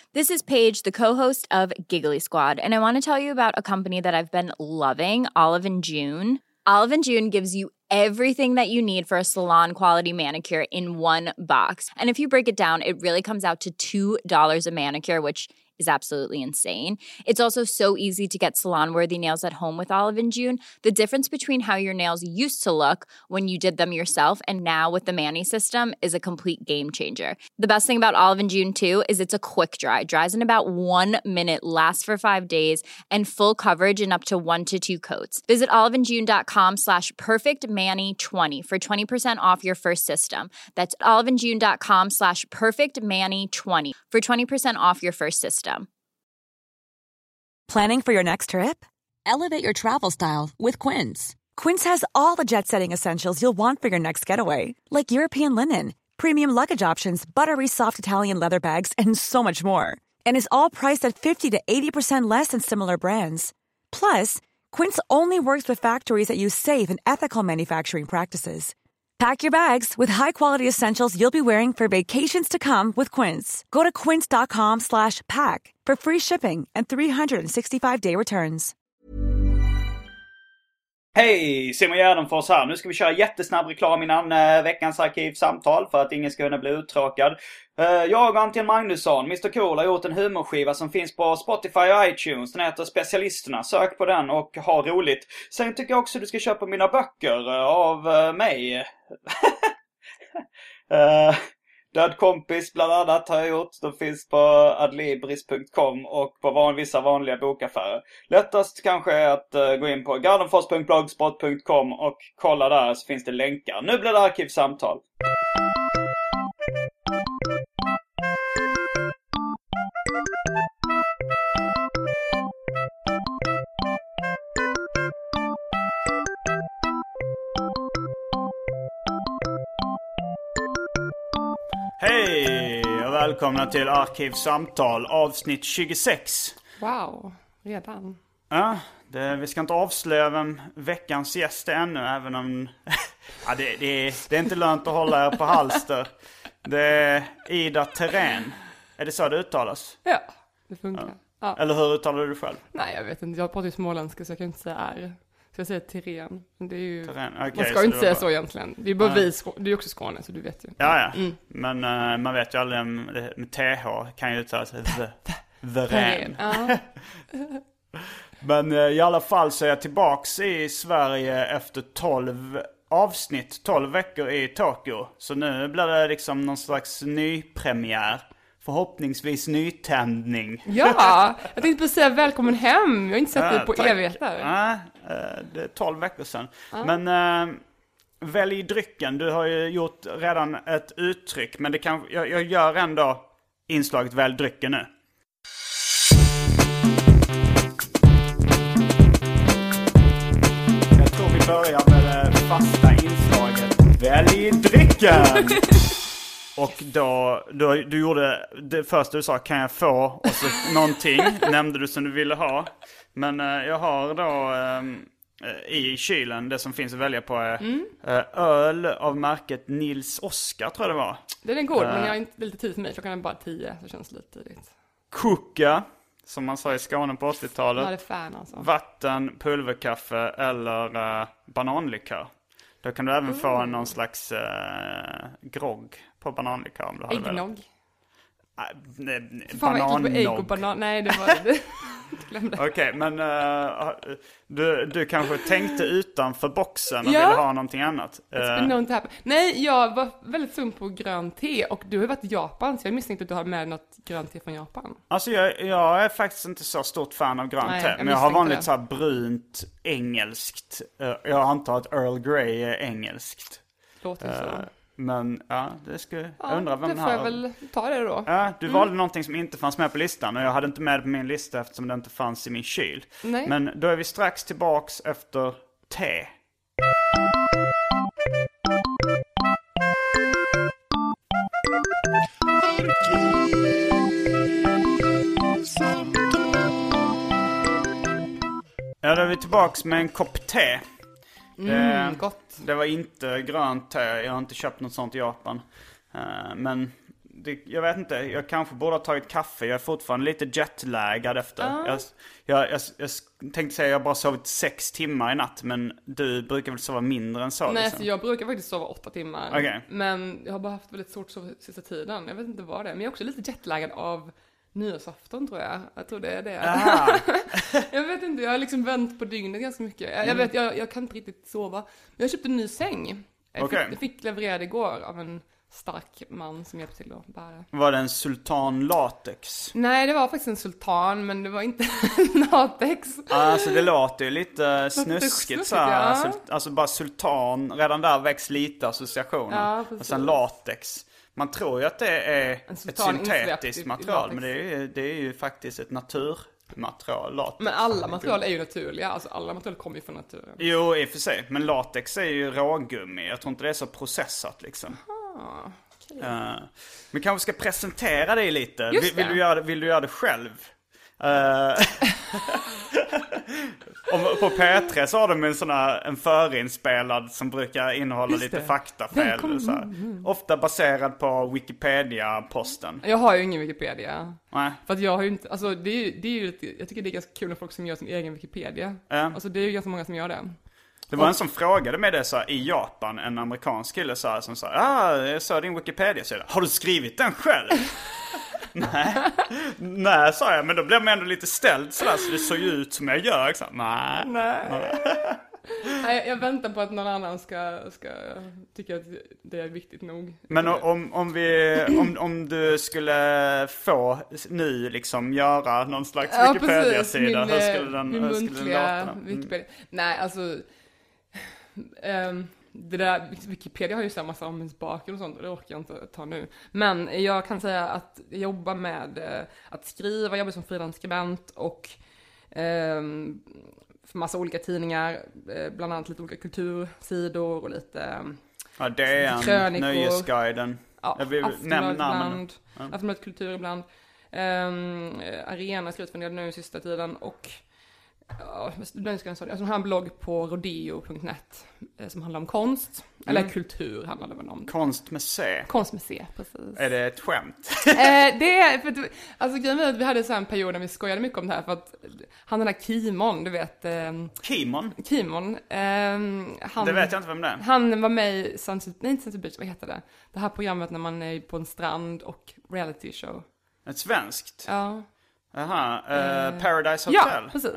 This is Paige, the co-host of Giggly Squad, and I want to tell you about a company that I've been loving, Olive and June. Olive and June gives you everything that you need for a salon-quality manicure in one box. And if you break it down, it really comes out to $2 a manicure, which is absolutely insane. It's also so easy to get salon-worthy nails at home with Olive and June. The difference between how your nails used to look when you did them yourself and now with the Mani system is a complete game changer. The best thing about Olive and June, too, is it's a quick dry. Dries in about 1 minute, lasts for 5 days, and full coverage in up to 1 to 2 coats. Visit oliveandjune.com/perfectmani20 for 20% off your first system. That's oliveandjune.com/perfectmani20 for 20% off your first system. Planning for your next trip? Elevate your travel style with Quince. Quince has all the jet-setting essentials you'll want for your next getaway, like European linen, premium luggage options, buttery soft Italian leather bags, and so much more. And is all priced at 50 to 80% less than similar brands. Plus, Quince only works with factories that use safe and ethical manufacturing practices. Pack your bags with high-quality essentials you'll be wearing for vacations to come with Quince. Go to quince.com/pack for free shipping and 365-day returns. Hej, Simon Gärdenfors här. Nu ska vi köra jättesnabb reklam innan veckans arkivsamtal för att ingen ska kunna bli uttråkad. Jag och Anton Magnusson, Mr. Cool, har gjort en humorskiva som finns på Spotify och iTunes. Den heter Specialisterna. Sök på den och ha roligt. Sen tycker jag också att du ska köpa mina böcker av mig. Död kompis bland annat har jag gjort. De finns på adlibris.com och på vissa vanliga bokaffärer. Lättast kanske är att gå in på gardenfors.blogspot.com och kolla där, så finns det länkar. Nu blir det arkivsamtal. Hej och välkomna till Arkivsamtal avsnitt 26. Wow, redan. Ja, vi ska inte avslöja vem veckans gäst är ännu, även om ja, det är inte lönt att hålla er på halster. Det är Ida Terén. Är det så det uttalas? Ja, det funkar. Ja. Eller hur uttalar du själv? Nej, jag vet inte. Jag pratar ju småländska så jag kan inte säga R. Så jag säger Terén. Men det är ju... Terén. Okay, man ska ju inte säga så egentligen. Det är bara du är också Skåne, så du vet ju. Ja. Men man vet ju aldrig med TH kan ju uttalas The Rän. Ja. Men i alla fall så är jag tillbaks i Sverige efter 12 veckor i Tokyo. Så nu blir det liksom någon slags ny premiär. Förhoppningsvis nytändning. Ja, jag tänkte säga välkommen hem. Jag har inte sett dig på evigheter. Ja, det är 12 veckor sedan. Men välj drycken. Du har ju gjort redan ett uttryck. Men det kan, jag gör ändå inslaget välj drycken nu. Jag tror vi börjar med det fasta inslaget. Välj drycken! Och då du gjorde det första du sa, kan jag få? Och så någonting nämnde du som du ville ha. Men jag har då i kylen, det som finns att välja på är öl av märket Nils Oskar, tror jag det var. Den är god, men jag har inte lite tid för mig. Klockan är bara 10, så känns det lite tidigt. Kuka, som man sa i Skåne på 80-talet. Ja, det är fan alltså. Vatten, pulverkaffe eller bananlikör. Då kan du även få någon slags grogg på bananlikör om du har det. Äggnog. Banannog. Nej, det var det. Okej, men du kanske tänkte utanför boxen och ville ha någonting annat. Nej, jag var väldigt sugen på grönt te. Och du har varit i Japan, så jag misstänkte att du har med något grönt te från Japan. Alltså jag är faktiskt inte så stort fan av grönt te. Men jag har vanligt så här brunt engelskt. Jag antar att Earl Grey är engelskt. Låter så. Men ja, jag undrar vem det får jag väl ta det då. Ja, du valde någonting som inte fanns med på listan. Och jag hade inte med det på min lista eftersom det inte fanns i min kyl. Nej. Men då är vi strax tillbaks efter te. Ja, då är vi tillbaks med en kopp te. Gott. Det var inte grönt te. Jag har inte köpt något sånt i Japan. Men jag vet inte, jag kanske borde ha tagit kaffe. Jag är fortfarande lite jetlaggad efter. Jag tänkte säga jag bara sovit 6 timmar i natt. Men du brukar väl sova mindre än så? Nej, liksom. så jag brukar faktiskt sova 8 timmar. Okay. Men jag har bara haft väldigt svårt att sova sista tiden. Jag vet inte vad det är. Men jag är också lite jetlaggad av nyårsafton, tror jag. Jag tror det är det. Jag vet inte, jag har liksom vänt på dygnet ganska mycket. Jag kan inte riktigt sova. Jag köpte en ny säng. Jag fick levererad igår av en stark man som hjälpte till att bära. Var det en sultan latex? Nej, det var faktiskt en sultan, men det var inte latex. Alltså det låter ju lite snuskigt så här. Ja. Alltså bara sultan, redan där väcks lite associationer. Ja, och sen latex. Man tror ju att det är ett syntetiskt material, men det är ju faktiskt ett naturmaterial. Latex. Men alla material är ju naturliga, alltså alla material kommer ju från naturen. Jo, i och för sig. Men latex är ju rågummi. Jag tror inte det är så processat liksom. Okay. Men kanske ska presentera dig lite. Vill du göra det själv? På P3 så har de en förinspelad som brukar innehålla lite faktafel. Så här. Ofta baserad på Wikipedia-posten. Jag har ju ingen Wikipedia. Nej. För att jag har ju inte, alltså det är ju jag tycker det är ganska kul med folk som gör sin egen Wikipedia. Alltså det är ju ganska många som gör det. Det var en som frågade mig det så här, i Japan, en amerikansk kille så här, som sa, jag sa din Wikipedia-sida. Har du skrivit den själv? Nej, sa jag, men då blev man ändå lite ställd sådär, så det såg ju ut som jag gör. Så, Nej, jag väntar på att någon annan ska tycka att det är viktigt nog. Men om du skulle få nu liksom göra någon slags Wikipedia-sida, hur skulle den låta? Wikipedia. Nej, alltså det där, Wikipedia har ju samma bakgrund och sånt, och det orkar jag inte ta nu. Men jag kan säga att jag jobbar med att skriva, jag jobbar som frilansskribent och för massa olika tidningar, bland annat lite olika kultursidor och lite krönikor, Nöjesguiden. Jag vill nämna ibland, Aftonbladet Kultur ibland. Arena skrivit för en del nu sista tiden och jag har en blogg på rodeo.net som handlar om konst. Eller kultur handlar det väl om. Konst med C. Konst med C, precis. Är det ett skämt? Det är, för att, alltså grejen är att vi hade så här en period när vi skojade mycket om det här. För att han den där Kimon, du vet. Kimon? Det vet jag inte vem det är. Han var med i Sunset Beach, vad heter det? Det här programmet när man är på en strand och reality show. Ett svenskt? Ja. Aha, Paradise Hotel. Ja, precis.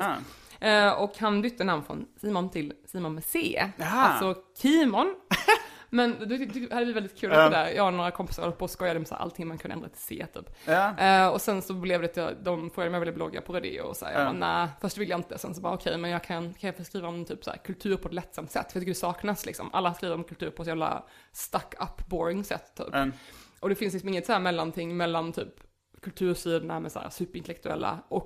Och han bytte namn från Simon till Simon med C. Aha. Alltså Kimon. Men det hade vi väldigt kul det där. Jag och några kompisar höll på och skojade med så allting man kunde ändra till C typ. Och sen så blev det att de frågade mig om jag ville blogga på radio och så jag bara, nej, först vill jag inte. Sen så bara okej, men kan jag få skriva om typ så här, kultur på ett lättsamt sätt. För jag tycker det saknas liksom. Alla skriver om kultur på så jävla stuck up boring sätt typ. Och det finns liksom inget så här mellanting mellan typ kultursidorna med så här superintellektuella och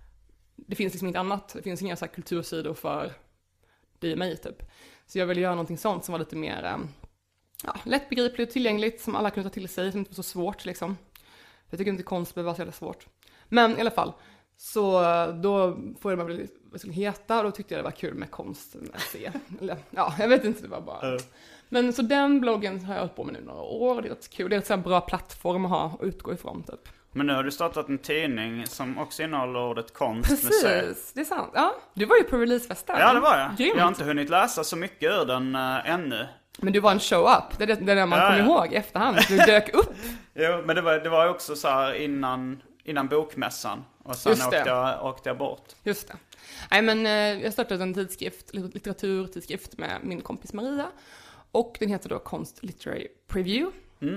det finns liksom inget annat. Det finns inga så här kultursidor för dig och mig typ. Så jag ville göra någonting sånt som var lite mer lättbegripligt och tillgängligt, som alla kunde ta till sig, som inte var så svårt liksom. Jag tycker inte konst behöver vara så jävla svårt. Men i alla fall, så då får jag väl vad det skulle heta, och då tyckte jag det var kul med konst med C. Eller, jag vet inte, det var bara. Men så den bloggen har jag hållit på med nu några år, och det är rätt kul. Det är ett så här bra plattform att ha och utgå ifrån typ. Men nu har du startat en tidning som också innehåller ordet konst. Precis, med C. Det är sant. Ja, du var ju på releasefesten. Ja, det var jag. Grymt. Jag har inte hunnit läsa så mycket ur den ännu. Men du var en show-up, det är det man kommer ihåg i efterhand. Du dök upp. Jo, men det var också så här innan bokmässan. Och sen åkte jag bort. Just det. Nej, men jag startade en litteraturtidskrift med min kompis Maria. Och den heter då Konst Literary Preview.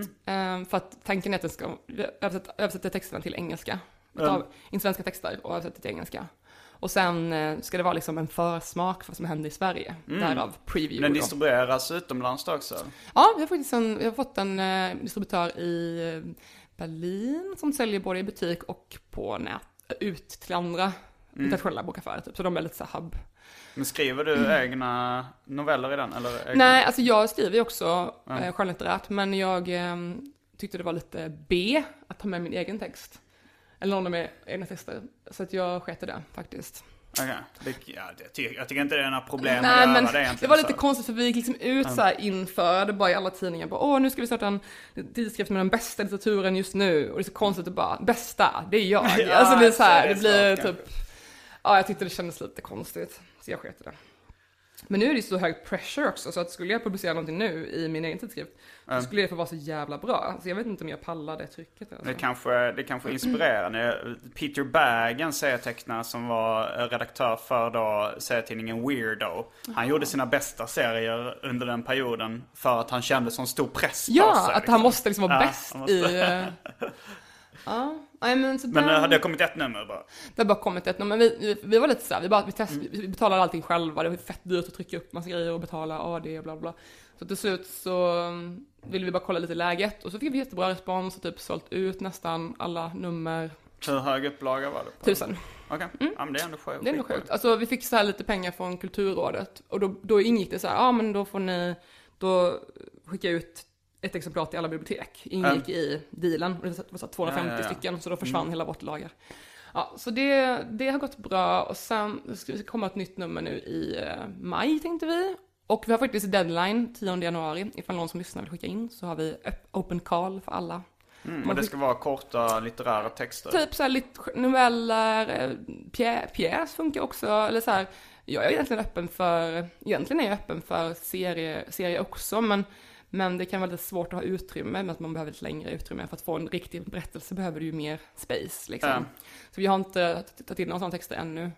För att tanken är att den ska översätta texterna till engelska. In svenska texter och översätta till engelska. Och sen ska det vara liksom en försmak för vad som händer i Sverige. Därav preview. Den distribueras utomlands också? Ja, jag har fått en distributör i Berlin som säljer både i butik och på nät ut till andra internationella bokaffärer typ. Så de är lite så hub. Men skriver du egna noveller i den? Eller Nej, alltså jag skriver ju också skönlitterärt, men jag tyckte det var lite B att ta med min egen text. Eller någon av mina egna texter. Så att jag sket det faktiskt. Okay. Jag tycker inte det är några problem Nej, att men göra det egentligen. Det var lite konstigt för vi gick liksom ut så här inför det bara i alla tidningar. Bara, nu ska vi starta en tidskrift med den bästa litteraturen just nu. Och det är så konstigt att bara, bästa, det är jag. Alltså det är så här, det blir typ... Ja, jag tyckte det kändes lite konstigt. Så jag sket i det. Men nu är det så hög pressure också, så att skulle jag publicera någonting nu i min egen tidskrift så skulle det få vara så jävla bra. Så jag vet inte om jag pallar det trycket. Alltså. Det kanske inspirerande. Peter Bagg, en serietecknare som var redaktör för då serietidningen Weirdo. Han gjorde sina bästa serier under den perioden för att han kände sån stor press på sig. Ja, att liksom. han måste liksom vara bäst i... Ja, men det har kommit ett nummer bara. Det har bara kommit ett nummer, men vi var lite så här, vi betalade allting själva, det var fett dyrt att trycka upp massa grejer och betala AD och bla bla. Så till slut så ville vi bara kolla lite läget och så fick vi jättebra respons och typ sålt ut nästan alla nummer. Hur hög upplaga var det på? 1000. Okej, ja, men det är ändå sjukt. Det är ändå sjukt. Alltså vi fick så här lite pengar från Kulturrådet och då ingick det så här, men då får ni skicka ut ett exemplar till alla bibliotek. Ingick i dealen. Och det var så 250 stycken. Så då försvann hela vårt lager. Ja, så det har gått bra. Och sen ska det komma ett nytt nummer nu i maj tänkte vi. Och vi har faktiskt deadline 10 januari. Ifall någon som lyssnar vill skicka in så har vi open call för alla. Och det ska vara korta litterära texter. Typ så här noveller, pjäs funkar också. Eller så här, jag är egentligen öppen för serie också. Men det kan vara lite svårt att ha utrymme, men att man behöver ett längre utrymme. För att få en riktig berättelse behöver du ju mer space. Liksom. Så vi har inte tagit in några sådana texter ännu.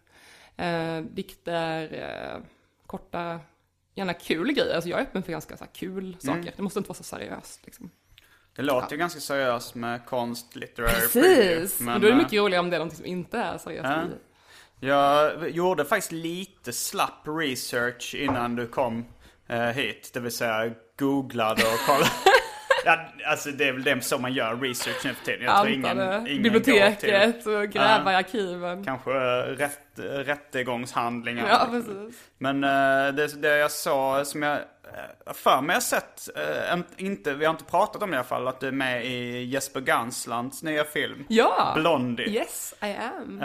Dikter, korta, gärna kul grejer. Alltså jag är öppen för ganska så här, kul saker. Det måste inte vara så seriöst. Liksom. Det låter ju ganska seriöst med konst, litterär. Precis, men då är det mycket roligare om det är någonting som inte är seriöst. Jag gjorde faktiskt lite slapp research innan du kom hit. Det vill säga googlade och kollade. Alltså det är väl det som man gör research nu för tiden. Jag tror ingen biblioteket och gräva i arkiven. Kanske rättegångshandlingar. Ja, precis. Men det jag sa som jag för mig har sett, vi har inte pratat om det i alla fall, att du är med i Jesper Ganslands nya film. Ja! Blondie. Yes, I am.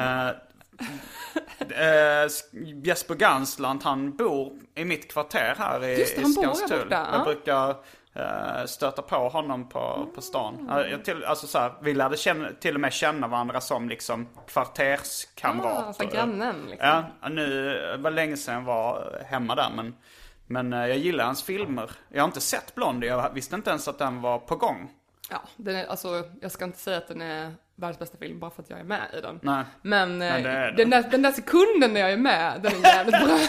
Jesper Gansland, han bor i mitt kvarter här i Skanstull. Jag brukar stöta på honom på stan. Alltså så här, vi lärde till och med känna varandra som liksom kvarterskamrater. Grannen liksom. Ja, nu var länge sedan jag var hemma där, men jag gillar hans filmer. Jag har inte sett Blondie, jag visste inte ens att den var på gång. Ja, alltså, jag ska inte säga att den är världens bästa film bara för att jag är med i den. Nej. Men den där sekunden när jag är med, den är jävligt bra.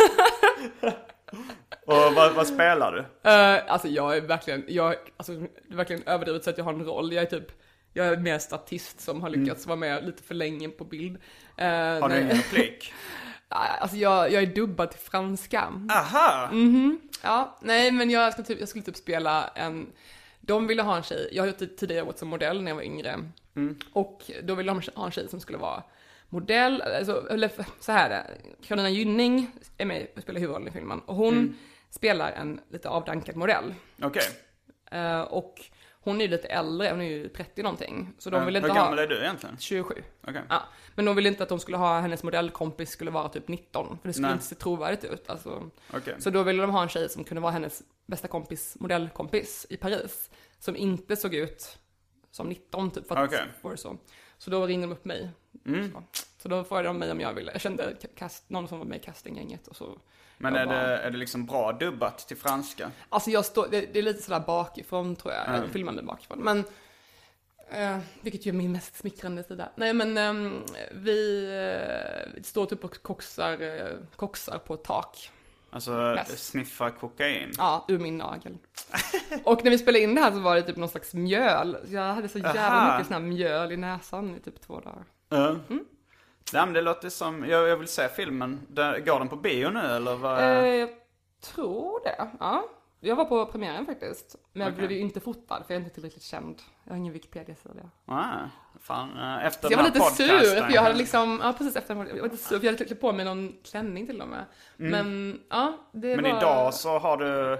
Och vad spelar du? Alltså jag är verkligen överdrivet så att jag har en roll. Jag är mer statist som har lyckats vara med lite för länge på bild. Har du ingen replik? Alltså jag är dubbad till franska. Aha! Ja, nej men jag skulle typ spela de ville ha en tjej, jag har gjort tidigare jobbat som modell när jag var yngre. Och då ville de ha en tjej som skulle vara modell, alltså, eller så här, Carolina Gynning är med och spelar huvudrollen i filmen. Och hon spelar en lite avdankad modell. Okej. Och hon är ju lite äldre, hon är ju 30 någonting. Så de vill inte hur gammal är du egentligen? 27. Okay. Ja, men de ville inte att de skulle ha, hennes modellkompis skulle vara typ 19. För det skulle inte se trovärdigt ut. Alltså. Okay. Så då ville de ha en tjej som kunde vara hennes bästa modellkompis i Paris. Som inte såg ut som 19 typ. För att få så. Så då ringde de upp mig. Så då frågade de mig om jag ville. Jag kände någon som var med i castinggänget och så. Men är det liksom bra dubbat till franska? Alltså det är lite sådär bakifrån tror jag. Jag filmar mig bakifrån. Men vilket ju är min mest smickrande sida. Nej men vi står typ och koxar på ett tak. Alltså sniffar kokain? Ja, ur min nagel. Och när vi spelade in det här så var det typ någon slags mjöl. Jag hade så jävla mycket sån här mjöl i näsan i typ 2 dagar. Ja, men det låter som, jag vill se filmen. Går den på bio nu eller vad? Jag tror det, ja. Jag var på premiären faktiskt. Men jag blev ju inte fotad för jag är inte tillräckligt känd. Jag har ingen Wikipedia-sida. Fan, efter jag var lite sur för jag hade liksom, precis efter jag var lite sur för jag hade klätt på mig någon klänning till och med. Men idag så har du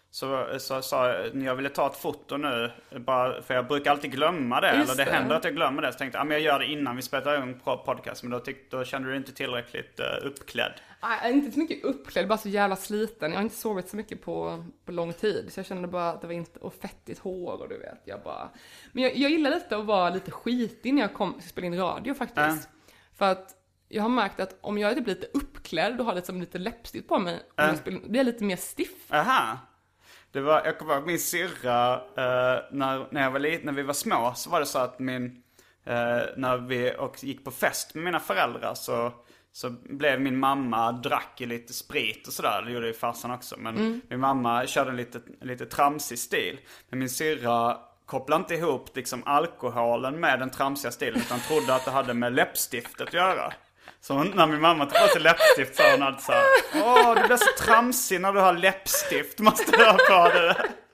så sa jag ville ta ett foto nu. Bara, för jag brukar alltid glömma det. Just eller det det. händer att jag glömmer det. Så tänkte jag jag gör det innan vi spelar en podcast. Men då kände du inte tillräckligt uppklädd. Nej, inte så mycket uppklädd, bara så jävla sliten. Jag har inte sovit så mycket på lång tid. Så jag kände bara att det var inte, och fettigt hår och du vet. Men jag gillar lite att vara lite skitig när jag ska spela in radio faktiskt. För att jag har märkt att om jag är typ lite uppklädd och har liksom lite läppstift på mig, blir jag lite mer stiff. Aha. Jag kommer ihåg min syrra, när vi var små, så var det så att när vi gick på fest med mina föräldrar så blev min mamma drack lite sprit och sådär. Det gjorde ju farsan också. Men min mamma körde en lite tramsig stil. Men min syrra kopplade inte ihop liksom alkoholen med den tramsiga stilen, utan trodde att det hade med läppstiftet att göra. Så när min mamma tog på sig läppstift sa hon alltid såhär: du blir så tramsig när du har läppstift, måste du ha på det.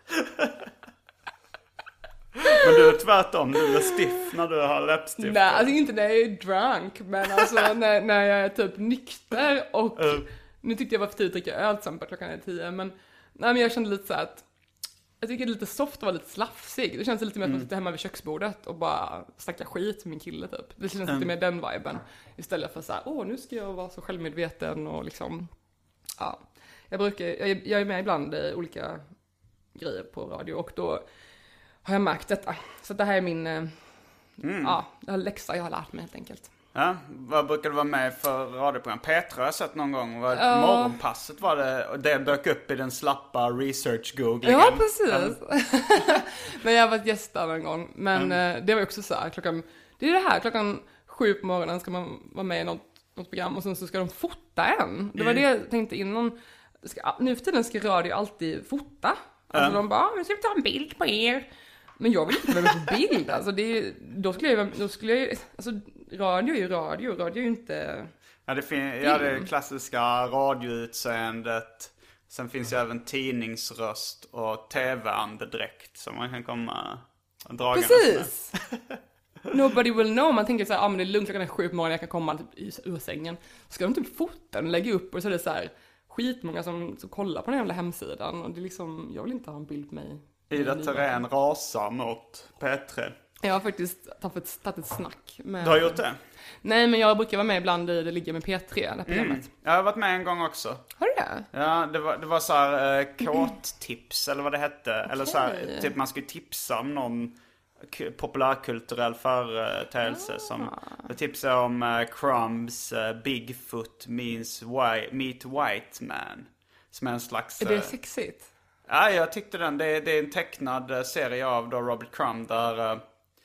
Men du är tvärtom, du blir stiff när du har läppstift. Nej, alltså inte när jag är drunk, men alltså när jag är typ nykter och nu tyckte jag var för tidigt att dricka öl till exempel, klockan är 10, men jag kände lite så att jag tycker det är lite soft att vara lite slafsig. Det känns lite mer som att sitta hemma vid köksbordet och bara snacka skit med min kille typ. Det känns lite mer den viben. Istället för såhär, nu ska jag vara så självmedveten och liksom, ja. Jag är med ibland i olika grejer på radio och då har jag märkt detta. Så det här är min, läxa jag har lärt mig helt enkelt. Ja, vad brukar du vara med för radioprogram? Petra har jag sett någon gång. Morgonpasset var det, och det dök upp i den slappa research-googlingen. Ja, precis. Men jag har varit gäst där en gång. Men det var också så här, klockan 7 på morgonen ska man vara med i något program och sen så ska de fota en. Det var det jag tänkte innan. Nu för tiden ska radio alltid fota. Alltså de bara, nu ska vi ta en bild på er. Men jag vill inte vara med på bild. Alltså då skulle jag alltså radio är ju radio. Radio är ju inte... Ja, det klassiska radioutseendet. Sen finns ju även tidningsröst och tv-andedräkt som man kan komma och dra. Precis! Nobody will know. Man tänker så här, men det är lugnt, klockan är 7 på morgonen, jag kan komma ur sängen. Så ska de typ fota och lägga upp och så är det så här skitmånga som kollar på den jävla hemsidan. Och det är liksom, jag vill inte ha en bild på mig. Ida Terén rasar mot P3. Jag har faktiskt tagit ett snack med... Du har gjort det? Nej, men jag brukar vara med ibland i Det ligger med P3, det här programmet. Jag har varit med en gång också. Har du det? Ja, det var så här kåttips eller vad det hette. Okay. Eller så här, typ man skulle tipsa om någon populärkulturell företeelse som tipsade om Crumbs Bigfoot meet White Man. Som en slags... Är det sexigt? Ja, jag tyckte det är en tecknad serie av då Robert Crumb där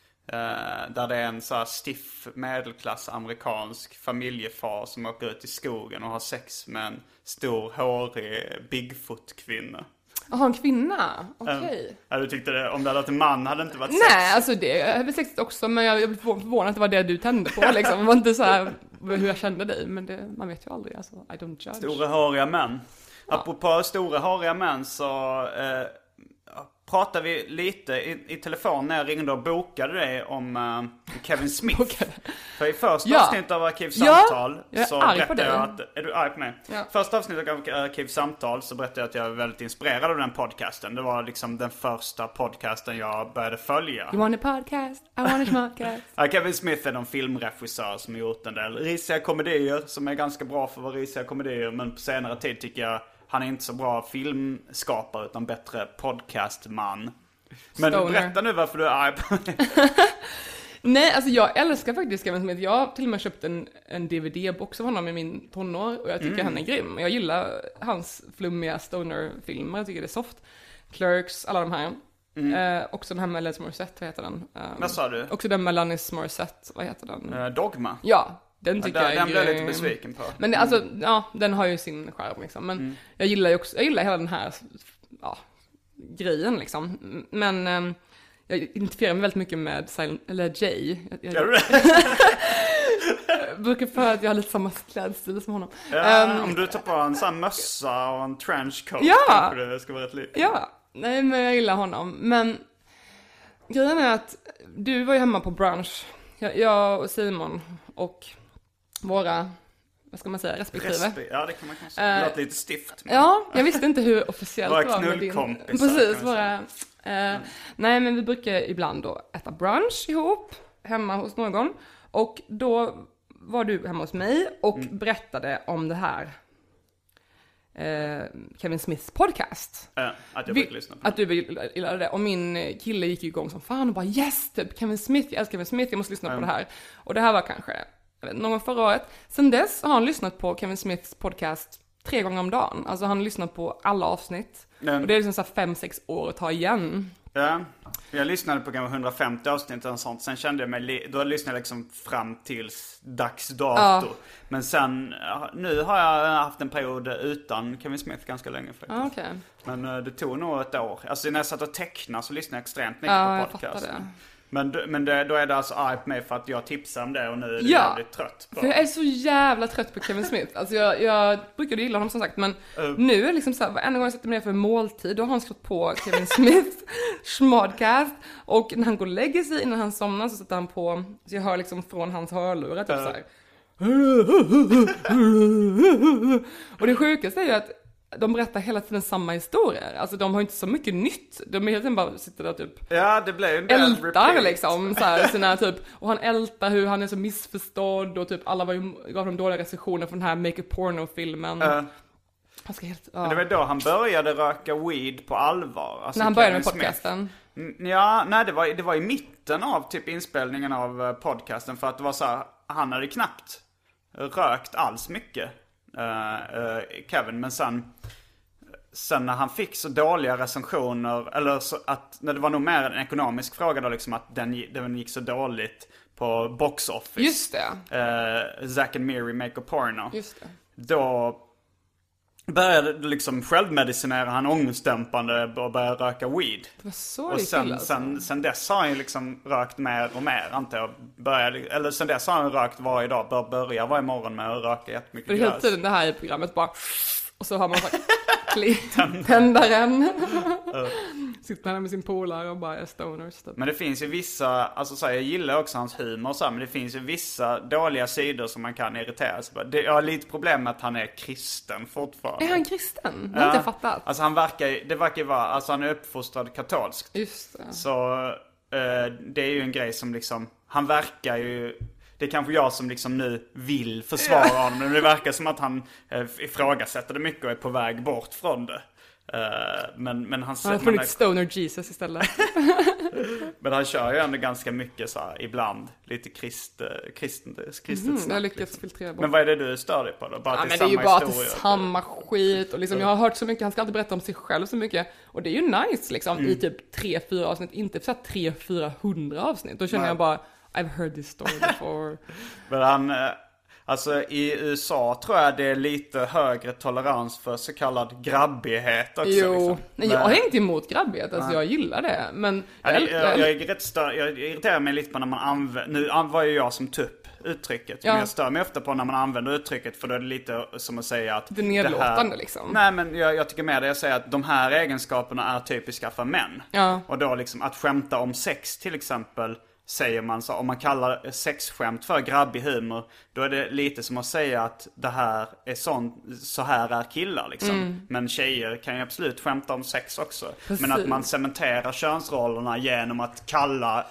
det är en så här stiff medelklass amerikansk familjefar som åker ut i skogen och har sex med en stor hårig Bigfoot-kvinna. Jaha, en kvinna? Okej. Ja, du tyckte det, om det hade varit en man hade det inte varit sexigt. Nej, alltså det är väl sexigt också, men jag blev förvånad att det var det du tände på liksom. Det var inte så här hur jag kände dig, men man vet ju aldrig, alltså, I don't judge. Stora håriga män. Apropå stora håriga män så pratade vi lite i telefon när jag ringde och bokade dig om Kevin Smith. För i första avsnittet av Arkivsamtal så berättade jag att... Är du arg på mig? Ja. Första avsnittet av Arkivsamtal så berättade jag att jag är väldigt inspirerad av den podcasten. Det var liksom den första podcasten jag började följa. You want a podcast? I want a podcast. Kevin Smith är någon filmregissör som har gjort en del risiga komedier som är ganska bra för att vara risiga komedier. Men på senare tid tycker jag han är inte så bra filmskapare utan bättre podcastman. Men berätta nu varför du är arg på mig. Nej, alltså jag älskar faktiskt Kevin Smith. Jag har till och med köpt en DVD-box av honom i min tonår och jag tycker han är grym. Jag gillar hans flummiga stoner-filmer, jag tycker det är soft. Clerks, alla de här. Också den här med Alanis Morissette, vad heter den? Vad sa du? Också den med Alanis Morissette, vad heter den? Dogma? Ja. Den tycker jag den blev jag lite besviken på. Men alltså, den har ju sin skärm liksom. Men jag gillar hela den här grejen liksom. Men jag identifierar mig väldigt mycket med Jay. Gör du det? Brukar för att jag har lite samma klädstil som honom. Om du tar på en sån mössa och en trenchcoat kanske det ska vara rätt likt. Ja, nej men jag gillar honom. Men grejen är att du var ju hemma på brunch. Jag och Simon och våra vad ska man säga, respektive. Ja, det kan man kanske säga. Det låter lite stift. Men... Ja, jag visste inte hur officiellt det var med din... Precis, bara... nej, men vi brukar ibland då äta brunch ihop hemma hos någon. Och då var du hemma hos mig och berättade om det här Kevin Smiths podcast. Att jag fick lyssna på det. Att du gillade det. Och min kille gick igång som fan och bara yes, typ Kevin Smith, jag älskar Kevin Smith, jag måste lyssna på det här. Och det här var kanske, jag vet, någon förra året. Sen dess har han lyssnat på Kevin Smiths podcast 3 gånger om dagen. Alltså han lyssnar på alla avsnitt. Och det är liksom så 5-6 år att ta igen. Ja, jag lyssnade på 150 avsnitt och sånt. Sen kände jag mig, då lyssnade jag liksom fram tills dags dato. Men sen, nu har jag haft en period utan Kevin Smith ganska länge faktiskt. Okay. Men det tog nog ett år. Alltså när jag satt och tecknade så lyssnade jag extremt mycket på podcast. Men då är det alltså arg på mig för att jag tipsar om det och nu är jag jävligt trött på. För jag är så jävla trött på Kevin Smith. Alltså jag brukade gilla honom som sagt, men nu är det liksom så här, varenda gång jag sätter mig ner för måltid, då har han slått på Kevin Smith Schmodcast, och när han går och lägger sig innan han somnar så sätter han på, så jag hör liksom från hans hörlurar typ så här. Och det sjukaste är ju att de berättar hela tiden samma historier. Alltså de har inte så mycket nytt. De är hela tiden bara sitter där typ. Ja, det blev en ältar liksom så här, sina typ, och han ältar hur han är så missförstådd och typ alla gav de dåliga recensioner från den här Make a Porno-filmen. Han ska helt, Det var då han började röka weed på allvar. Alltså när han började med podcasten. Ja, nej, det var i mitten av typ inspelningen av podcasten, för att det var så här, han hade knappt rökt alls mycket. Kevin, men sen när han fick så dåliga recensioner, eller så att när det var nog mer en ekonomisk fråga då, liksom att den gick så dåligt på Box Office. Just det. Zack and Miri Make a Porno. Just det. Då började liksom självmedicinera han ångestdämpande och började röka weed. Det var så och sen dess har han ju liksom rökt mer och mer, antar jag. Eller sen dess har han rökt varje dag. Börjar varje morgon med att röka jättemycket gräs. För hela tiden det här i programmet bara... Och så har man tändaren. Sitter han med sin polare och bara är stoners. Typ. Men det finns ju vissa, alltså så här, jag gillar också hans humor så här, men det finns ju vissa dåliga sidor som man kan irritera sig på. Jag har lite problem med att han är kristen fortfarande. Är han kristen? Det har inte jag fattat. Alltså det verkar vara, alltså han är uppfostrad katolskt. Just det. Så det är ju en grej som liksom, han verkar ju... Det är kanske jag som liksom nu vill försvara honom. Men det verkar som att han ifrågasätter det mycket och är på väg bort från det. Men han har funnit stoner Jesus istället. Men han kör ju ändå ganska mycket så här, ibland lite kristet snack. Jag lyckas filtrera bort. Men vad är det du stör dig på då? Bara men det är ju bara till samma skit. Och liksom, jag har hört så mycket, han ska alltid berätta om sig själv så mycket. Och det är ju nice liksom, i typ 3-4 avsnitt. Inte så 300-400 avsnitt. Då känner jag bara... I've heard this story before. Men han, alltså i USA tror jag det är lite högre tolerans för så kallad grabbighet också. Jo, liksom. Nej, jag är inte emot grabbighet, alltså jag gillar det. Men jag är rätt jag irriterar mig lite på när man använder, nu var ju jag som tupp uttrycket. Men jag stör mig ofta på när man använder uttrycket, för då är det lite som att säga att det är nedlåtande liksom. Nej, men jag tycker mer det jag säger att de här egenskaperna är typiska för män. Ja. Och då liksom att skämta om sex till exempel, säger man så, om man kallar sexskämt för grabbig humor, då är det lite som att säga att det här är så här är killar liksom. Men tjejer kan ju absolut skämta om sex också. Precis. Men att man cementerar könsrollerna genom att kalla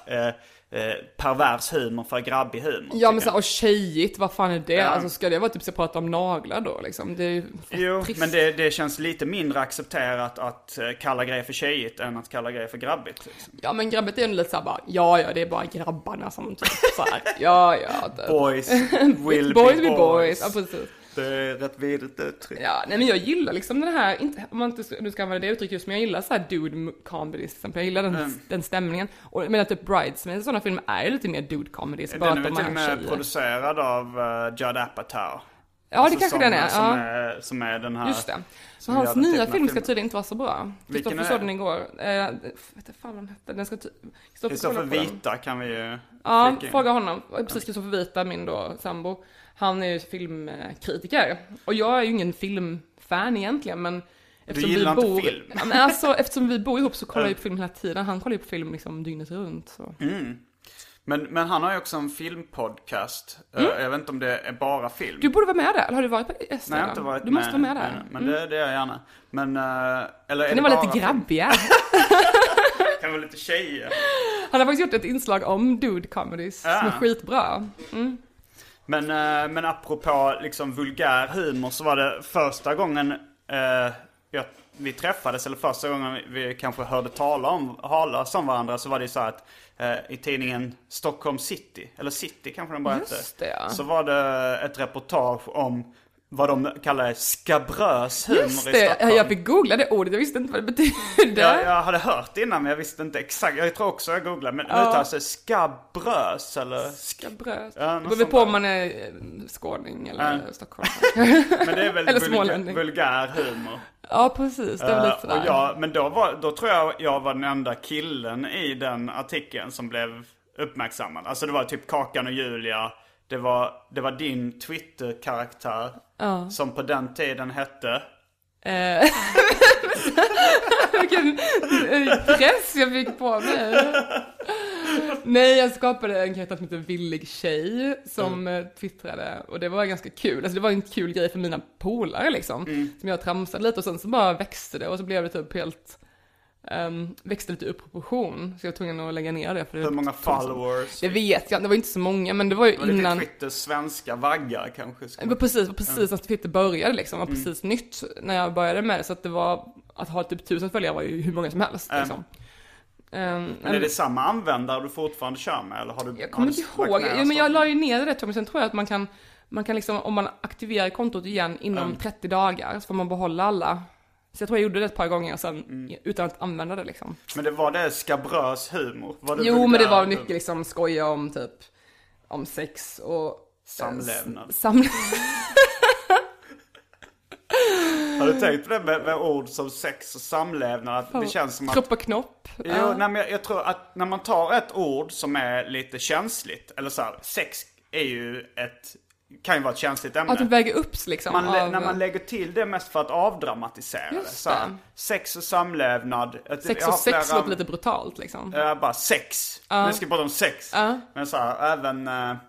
pervers humor för grabbig humor. Ja, men så, och tjejigt, vad fan är det? Alltså ska det vara typ så prata om naglar då liksom? Det är ju trist. Men det känns lite mindre accepterat att kalla grejer för tjejigt än att kalla grejer för grabbigt liksom. Ja, men grabbigt är ju lite så här bara, ja, det är bara grabbarna som typ så här. Ja. Boys will boys be boys. Ja, precis. Det är rätt vidrigt uttryck. Ja, nej men jag gillar liksom den här, inte, om man inte nu ska använda det uttrycket just, men jag gillar så här dude comedy till exempel. Jag gillar den stämningen. Och jag menar typ Bridesmaids, sådana filmer är lite mer dude comedy. Den är väl till och med producerad av Judd Apatow. Ja, alltså det kanske den är. Som är den här. Just det. Så hans nya film ska tydligen inte vara så bra. Vilken såg den igår. Vet inte fan vad den hette. Den ska Kristoffer Vita kan vi ju. Ja, fråga honom. Precis, Kristoffer Vita, min då sambo. Han är ju filmkritiker. Och jag är ju ingen filmfan egentligen, men eftersom du gillar inte film? Ja, men alltså, eftersom vi bor ihop så kollar jag på film hela tiden. Han kollar ju på film liksom dygnet runt. Så. Men han har ju också en filmpodcast. Jag vet inte om det är bara film. Du borde vara med där, eller har du varit på SD? Nej, jag har inte varit Du måste vara med där. Men det är jag gärna. Men, eller kan det vara lite grabbiga? Kan vara lite tjejer. Han har faktiskt gjort ett inslag om dude comedies som är skitbra. Men apropå liksom vulgär humor så var det första gången vi träffades, eller första gången vi kanske hörde talas om varandra, så var det så att i tidningen Stockholm City, eller City kanske den bara hette. Så var det ett reportage om vad de kallar skabrös humor i Stockholm. Jag fick googla det ordet, jag visste inte vad det betydde. Jag hade hört det innan men jag visste inte exakt. Jag tror också jag googlade, men uttalar sig skabrös eller... Skabrös. Det beror på om man är skåning eller Stockholm. Men det är väl eller vulgär humor. Ja, precis. Det är väl lite sådär. Men då tror jag var den enda killen i den artikeln som blev uppmärksammad. Alltså det var typ Kakan och Julia. Det var din Twitter-karaktär som på den tiden hette... Vilken press jag fick på mig. Nej, jag skapade en karaktär som heter Villig tjej som twittrade. Och det var ganska kul. Alltså det var en kul grej för mina polare liksom. Som jag tramsade lite och sen så bara växte det. Och så blev det typ helt... växte lite upp proportion. Så jag tog tvungen att lägga ner det. För hur många followers? Det vet jag, det var inte så många. Men det var ju var innan... lite Twitters svenska vaggar kanske. Det var precis när Twitter började liksom. Det var precis nytt när jag började med det. Så att det var... Att ha typ 1000 följare var ju hur många som helst liksom. Men är det samma användare du fortfarande kör med? Eller har du, jag kommer inte ihåg. Men jag la ju ner det. Men sen tror jag att man kan liksom, om man aktiverar kontot igen inom 30 dagar så får man behålla alla. Så jag tror jag gjorde det ett par gånger sen utan att använda det liksom. Men var det skabrös humor? Men det var mycket liksom skoja om typ om sex och samlevnad. Har du tänkt på det med ord som sex och samlevnad? Att det känns som att... Kropp och knopp. Jo, nej, men jag tror att när man tar ett ord som är lite känsligt, eller så här, sex är ju kan ju vara ett känsligt ämne. Att det väger upp liksom. När man lägger till det mest för att avdramatisera det. Så här, sex och samlevnad. Sex och sex låter lite brutalt liksom. Bara sex. Nu ska jag prata om sex. Men så här, även...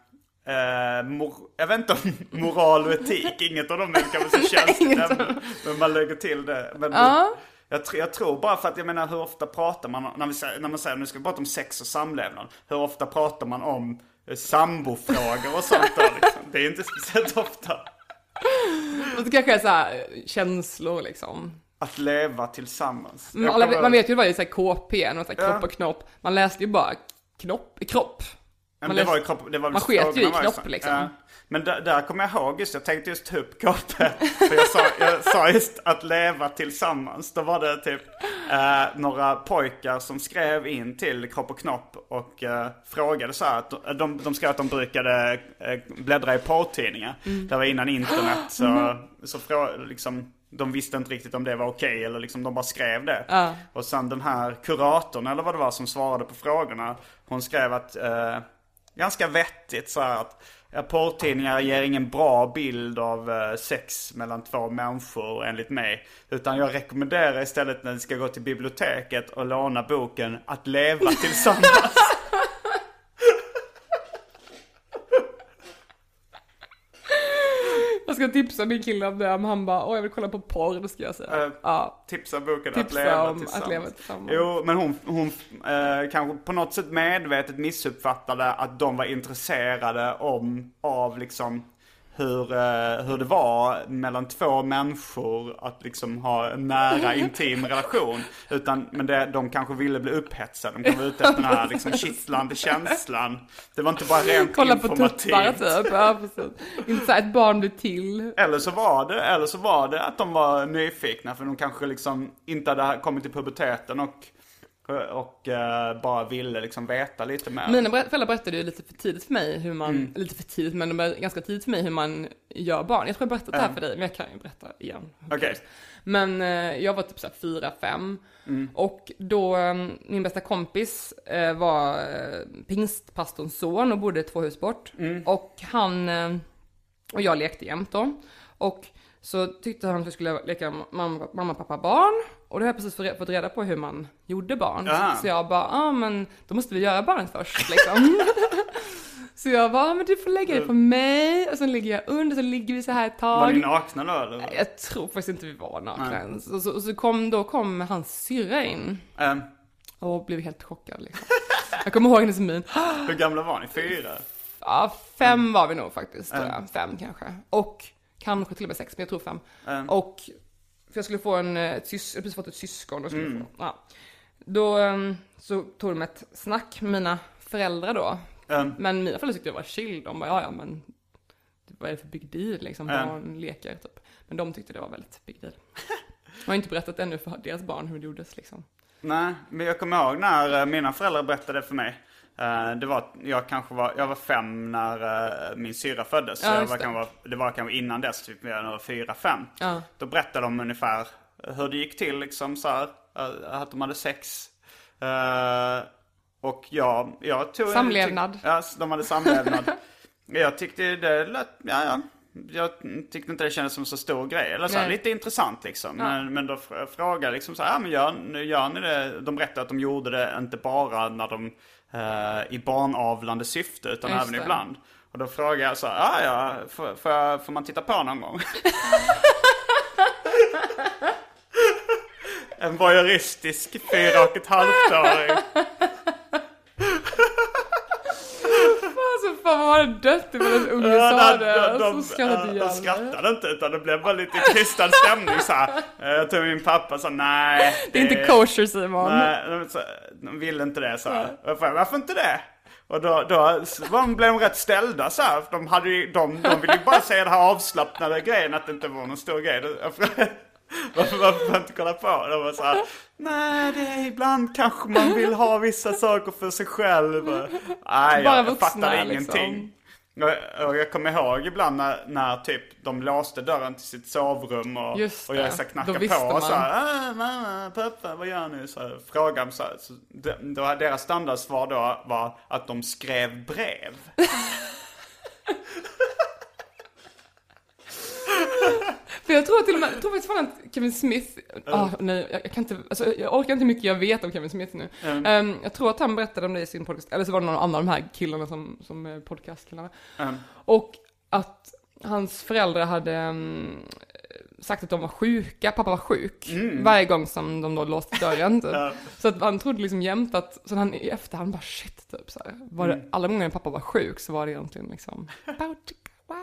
jag vet inte om moral och etik. Inget av dem kan vara så känsligt ämne. Men man lägger till det. Men jag tror bara för att jag menar hur ofta pratar man när man säger nu ska vi prata om sex och samlevnad. Hur ofta pratar man om sambofrågor och sånt där liksom. Det är inte speciellt ofta. Det kanske är så här känslor liksom. Att leva tillsammans. Man vet ju vad det är så här KP, något så här kropp och knopp. Man läste ju bara kropp. Men det var ju kropp, det var man sket ju i knopp liksom. Men där kommer jag ihåg jag tänkte just ta upp KP. För jag sa just att leva tillsammans. Då var det typ några pojkar som skrev in till Kropp och knopp och frågade så här att de skrev att de brukade bläddra i porrtidningar. Det var innan internet så liksom de visste inte riktigt om det var okej eller liksom de bara skrev det. Och sen den här kuratorn eller vad det var som svarade på frågorna, hon skrev att ganska vettigt så här att porrtidningar ger ingen bra bild av sex mellan två människor enligt mig. Utan jag rekommenderar istället när ni ska gå till biblioteket och låna boken Att leva tillsammans. Jag ska tipsa min kille om det. Han bara, jag vill kolla på porr, det ska jag säga. Tipsa boken Att leva tillsammans. Jo, men hon kanske på något sätt medvetet missuppfattade att de var intresserade av liksom hur det var mellan två människor att liksom ha en nära intim relation. Men de kanske ville bli upphetsade. De kanske var ute efter den här liksom kittlande känslan. Det var inte bara rent kolla informativt. Kolla på tuppar typ. Ja, precis. Inte så ett barn blir till. Eller så var det att de var nyfikna. För de kanske liksom inte hade kommit till puberteten och bara ville liksom veta lite mer. Mina föräldrar berättade ju lite för tidigt för mig hur man, lite för tidigt, men de berättade ganska tidigt för mig hur man gör barn. Jag tror jag berättat det här för dig, men jag kan ju berätta igen. Okay. Men jag var typ så här 4-5 och då min bästa kompis var pingstpastorns son och bodde 2 hus bort. Och han och jag lekte jämt då. Och så tyckte han att vi skulle leka mamma, pappa, barn. Och då har jag precis fått reda på hur man gjorde barn. Så jag bara, men då måste vi göra barnet först liksom. Så jag bara, men du får lägga det på mig. Och sen ligger jag under, så ligger vi så här ett tag. Var ni nakna då eller? Jag tror faktiskt inte vi var nakna. Och så kom hans syrra in. Och blev helt chockad liksom. Jag kommer ihåg hennes min. Hur gamla var ni? 4? Ja, 5 var vi nog faktiskt. 5 kanske. Och kanske till och med 6, men jag tror 5. Och för jag skulle få jag precis fått ett syskon. Och skulle få, Då så tog de ett snack med mina föräldrar då. Men mina föräldrar tyckte det var chill. De bara, ja men vad är det för big deal liksom, barn leker typ. Men de tyckte det var väldigt big deal. Jag har inte berättat ännu för deras barn hur det gjordes liksom. Nej, men jag kommer ihåg när mina föräldrar berättade för mig. Jag var 5 när min syra föddes. Ja, det var kanske innan dess, typ 4-5. Ja. Då berättade de ungefär hur det gick till liksom, så här, att de hade sex. Och jag tog... Samlevnad. De hade samlevnad. Jag tyckte det lät... Jag tyckte inte det kändes som så stor grej. Eller så här, lite intressant liksom. Ja. Men då frågade liksom så här, men gör ni det? De berättade att de gjorde det inte bara när de i barnavlande syfte, utan även ibland. Och då frågade jag så här, får man titta på någon gång? En voyeuristisk 4,5-åring. Fan vad det dött det var en unge sa det. De skrattade inte, utan det blev bara lite kristad stämning så här. Jag tror min pappa sa nej. Det är inte kosher, Simon. Nej, de ville inte det så här. Varför inte det? Och då blev de rätt ställda så här. De ville ju bara säga det här avslappnade grejen, att det inte var någon stor grej. Varför inte kolla på? De var så här, nej, det är ibland kanske man vill ha vissa saker för sig själv. Nej, jag fattade ingenting. Liksom. Och jag kommer ihåg ibland när typ de låste dörren till sitt sovrum och jag så knackade på och så här, mamma, pappa, vad gör ni? Så frågade så här, då deras standardsvar då var att de skrev brev. För jag tror till och med, att Kevin Smith, nej, jag orkar inte mycket jag vet om Kevin Smith nu. Jag tror att han berättade om det i sin podcast, eller så var det någon annan av de här killarna som är podcastkillarna. Och att hans föräldrar hade sagt att de var sjuka, pappa var sjuk varje gång som de då låste dörren typ. Så att han trodde liksom jämt att, så han i efterhand bara shit typ så här. Var det alla gånger när pappa var sjuk så var det egentligen liksom wow.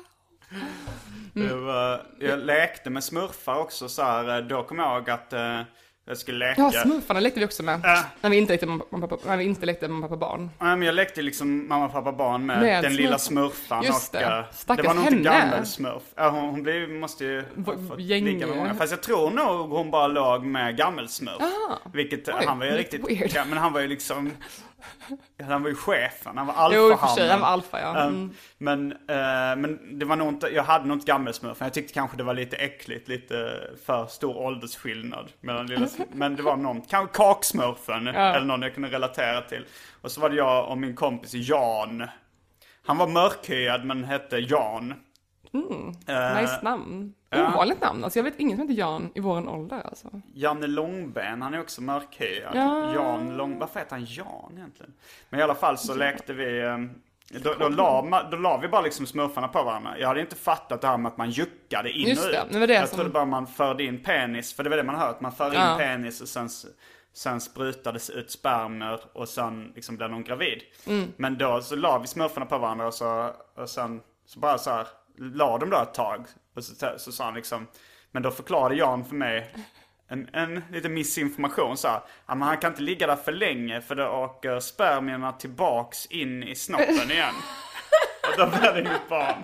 Jag lekte med smurfar också så här. Då kom jag ihåg att jag skulle leka. Ja, smurfarna lekte vi också med. När vi inte lekte mamma, pappa, barn. Ja, men jag lekte liksom mamma, pappa, barn med den lilla smurfan. Just det. Det var nog inte gammal smurf. Hon måste ju ligga med många. Fast jag tror nog hon bara låg med gammelsmurf. Vilket han var ju riktigt weird. Ja, men han var ju liksom... Han var ju chefen, han var alfahannen. Han var alfa, ja. Men det var nog inte, jag hade nog inte gammelsmurfen. Jag tyckte kanske det var lite äckligt, lite för stor åldersskillnad mellan lilla, men det var någon, kanske kaksmurfen eller någon jag kunde relatera till. Och så var det jag och min kompis Jan. Han var mörkhyad men hette Jan. Nice namn. Ovanligt namn. Alltså jag vet ingen som heter Jan i våran ålder alltså. Janne Långben, han är också mörkhyad. Varför heter han Jan egentligen? Men i alla fall så lekte vi... Då la vi bara liksom smurfarna på varandra. Jag hade inte fattat det här med att man juckade in just det, och ut. Men det jag trodde bara man förde in penis. För det var det man hört. Man för in penis och sen sprutades ut spermier och sen liksom blev någon gravid. Men då så la vi smurfarna på varandra och sen så bara så här la de då ett tag. Och så sa han liksom, men då förklarade Jan för mig en lite missinformation så här, men han kan inte ligga där för länge för då åker spermierna tillbaks in i snoppen igen. Och då blir det inget barn.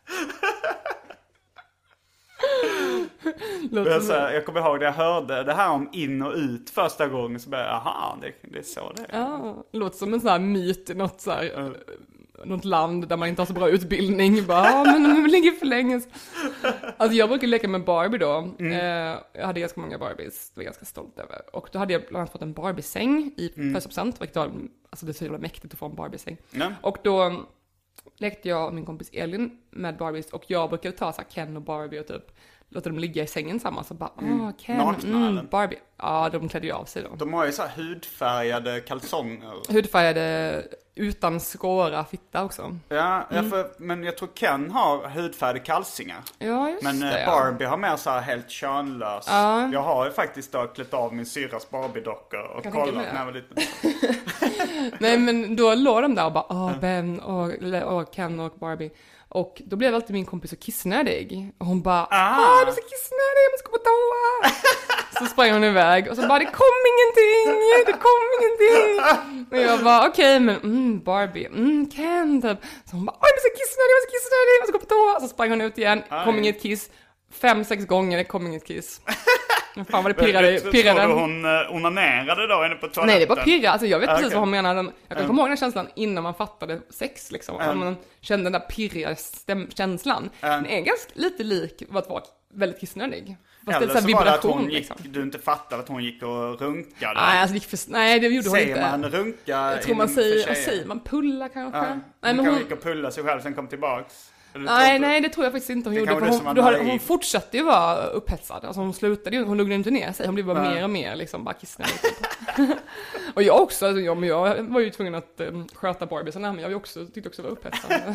Jag kommer ihåg det, jag hörde det här om in och ut första gången, så bara aha, det är så det är. Ja, låter som en sån här myt, något så här, något land där man inte har så bra utbildning. Bara, men man ligger för länge. Alltså jag brukar leka med Barbie då. Jag hade ganska många Barbies, det var jag ganska stolt över. Och då hade jag bland annat fått en Barbie-säng i 1%, vilket var, alltså det är så jävla mäktigt att få en Barbie-säng. Och då lekte jag och min kompis Elin med Barbies, och jag brukade ta så här Ken och Barbie och typ låta dem ligga i sängen tillsammans och bara, Ken, Barbie. Ja, de klädde ju av sig då. De har ju så här hudfärgade kalsonger. Hudfärgade utan skåra fitta också. Ja, men jag tror Ken har hudfärgade kalsingar. Ja, just men det. Barbie har mer så här helt könlös. Ja. Jag har ju faktiskt då klätt av min syrras Barbie-dockor och kollat när jag var liten. Nej, men då låg de där och bara, Ben och Ken och Barbie. Och då blev alltid min kompis så kissnödig. Och hon bara, du är så kissnödig, jag måste gå på toa. Så sprang hon iväg och så bara, det kom ingenting. Och jag bara, okej, men Barbie, Ken typ. Så hon bara, jag är så kissnödig, jag måste gå på toa. Så sprang hon ut igen, kom inget kiss. 5-6 gånger, det kom inget kiss. Fan vad det pirrade. Tror du hon onanerade då inne på toaletten? Nej, det var pirra. Alltså jag vet precis vad hon menade. Jag kan komma ihåg den känslan innan man fattade sex liksom. Man kände den där pirriga känslan. Den är ganska lite lik vad att vara väldigt kissnödig. Fast eller det är så var det att hon gick, liksom. Du inte fattade att hon gick och runkade. Nej, det gjorde hon inte. Säger man runka? Jag tror man säger man pulla kanske. Nej, men hon gick och pulla sig själv sen kom tillbaks. Nej, det tror jag faktiskt inte hon gjorde. Hon fortsatte ju vara upphetsad. Alltså hon slutade ju, hon lugnade inte ner sig. Hon blev bara mer och mer liksom, bara kissnödig. Och jag också, alltså, jag var ju tvungen att sköta Barbie sådär, men jag tyckte också var upphetsad.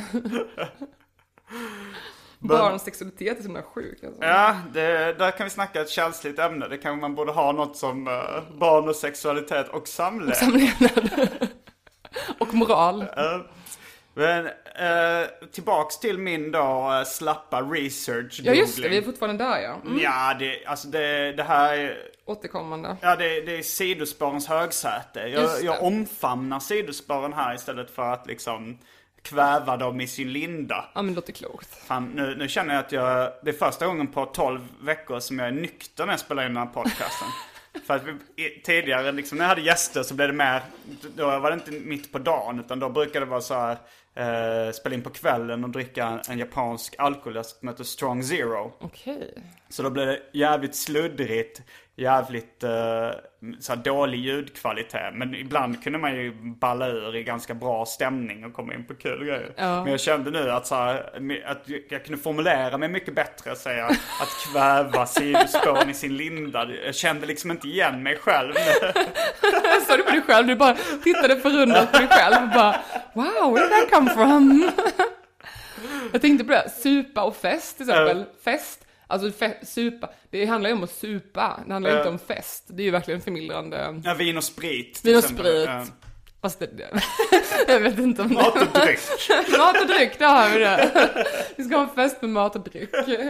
Barns sexualitet är så sjuk alltså. Ja, där kan vi snacka ett känsligt ämne. Det kanske man borde ha något som barn och sexualitet och samlevnad. Och moral. Men tillbaks till min då slappa research. Ja just det, vi är fortfarande där ja. Ja, det här är återkommande. Ja, det är sidospårens högsäte. Jag omfamnar sidospåren här istället för att liksom kväva dem i sin linda. Ja, men det låter klokt. Fan, nu känner jag att det är första gången på 12 veckor som jag är nykter när jag spelar in den här podcasten. För att tidigare liksom, när jag hade gäster så blev det mer, då var det inte mitt på dagen utan då brukade det vara så här spela in på kvällen och dricka en japansk alkohol som heter Strong Zero. Okej. Så då blev det jävligt sluddrigt, jävligt så här dålig ljudkvalitet. Men ibland kunde man ju balla ur i ganska bra stämning och komma in på kul grejer. Ja. Men jag kände nu att, så här, att jag kunde formulera mig mycket bättre, säga att kväva sidospåren i sin linda. Jag kände liksom inte igen mig själv. Så du på dig själv, du bara tittade förundrat på dig själv och bara, wow, where did that come from? Jag tänkte på det, supa och fest till exempel. Fest. Alltså supa, det handlar ju om att supa. Det handlar inte om fest. Det är ju verkligen förmildrande. Ja, vin och sprit. Vin och sprit. Fast jag vet inte om mat och dryck. Mat och dryck, där har vi det. Vi ska ha en fest med mat och dryck.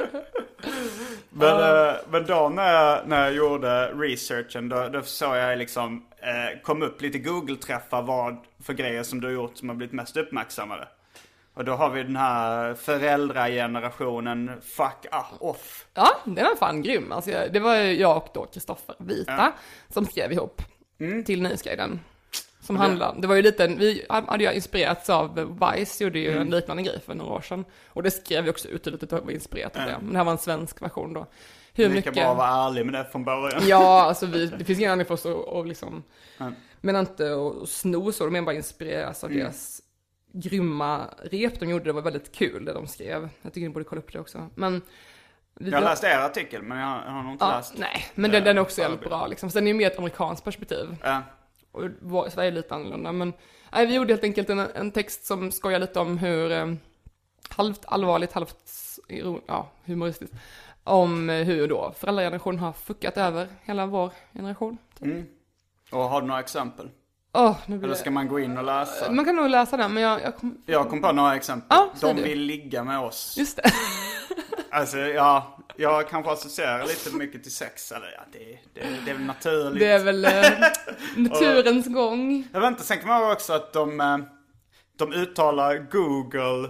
Men då när jag gjorde researchen, då såg jag liksom kom upp lite Google-träffar vad för grejer som du har gjort som har blivit mest uppmärksammade. Och då har vi den här föräldragenerationen fuck off. Ja, den är fan grym. Alltså, det var jag och då Kristoffer Vita som skrev ihop till Nöjesguiden. Som handlar, det var ju lite, vi hade ju inspirerats av Vice, gjorde ju en liknande grej för några år sedan. Och det skrev vi också ut lite, det var inspirerat av det. Men det här var en svensk version då. Hur mycket bra att vara ärlig med det från början. Ja, alltså det finns ingen anledning för oss att liksom, men inte att sno så, men bara inspireras av deras grymma rep de gjorde. Det var väldigt kul det de skrev. Jag tycker ni borde kolla upp det också. Men jag har läst er artikel, men jag har nog inte läst. Nej, men den är också väldigt bra liksom. Så den är ju mer ett amerikanskt perspektiv. Ja. Och Sverige är lite annorlunda. Men vi gjorde helt enkelt en text som skojar lite om hur halvt allvarligt, halvt humoristiskt, om hur då föräldragenerationen har fuckat över hela vår generation. Typ. Och har du några exempel? Eller ska man gå in och läsa? Man kan nog läsa den, men jag kom på några exempel. De vill ligga med oss. Just det. Alltså, jag kanske associerar lite mycket till sex. Eller det är väl naturligt. Det är väl naturens gång. Jag vet inte, sen kan man också att de uttalar Google.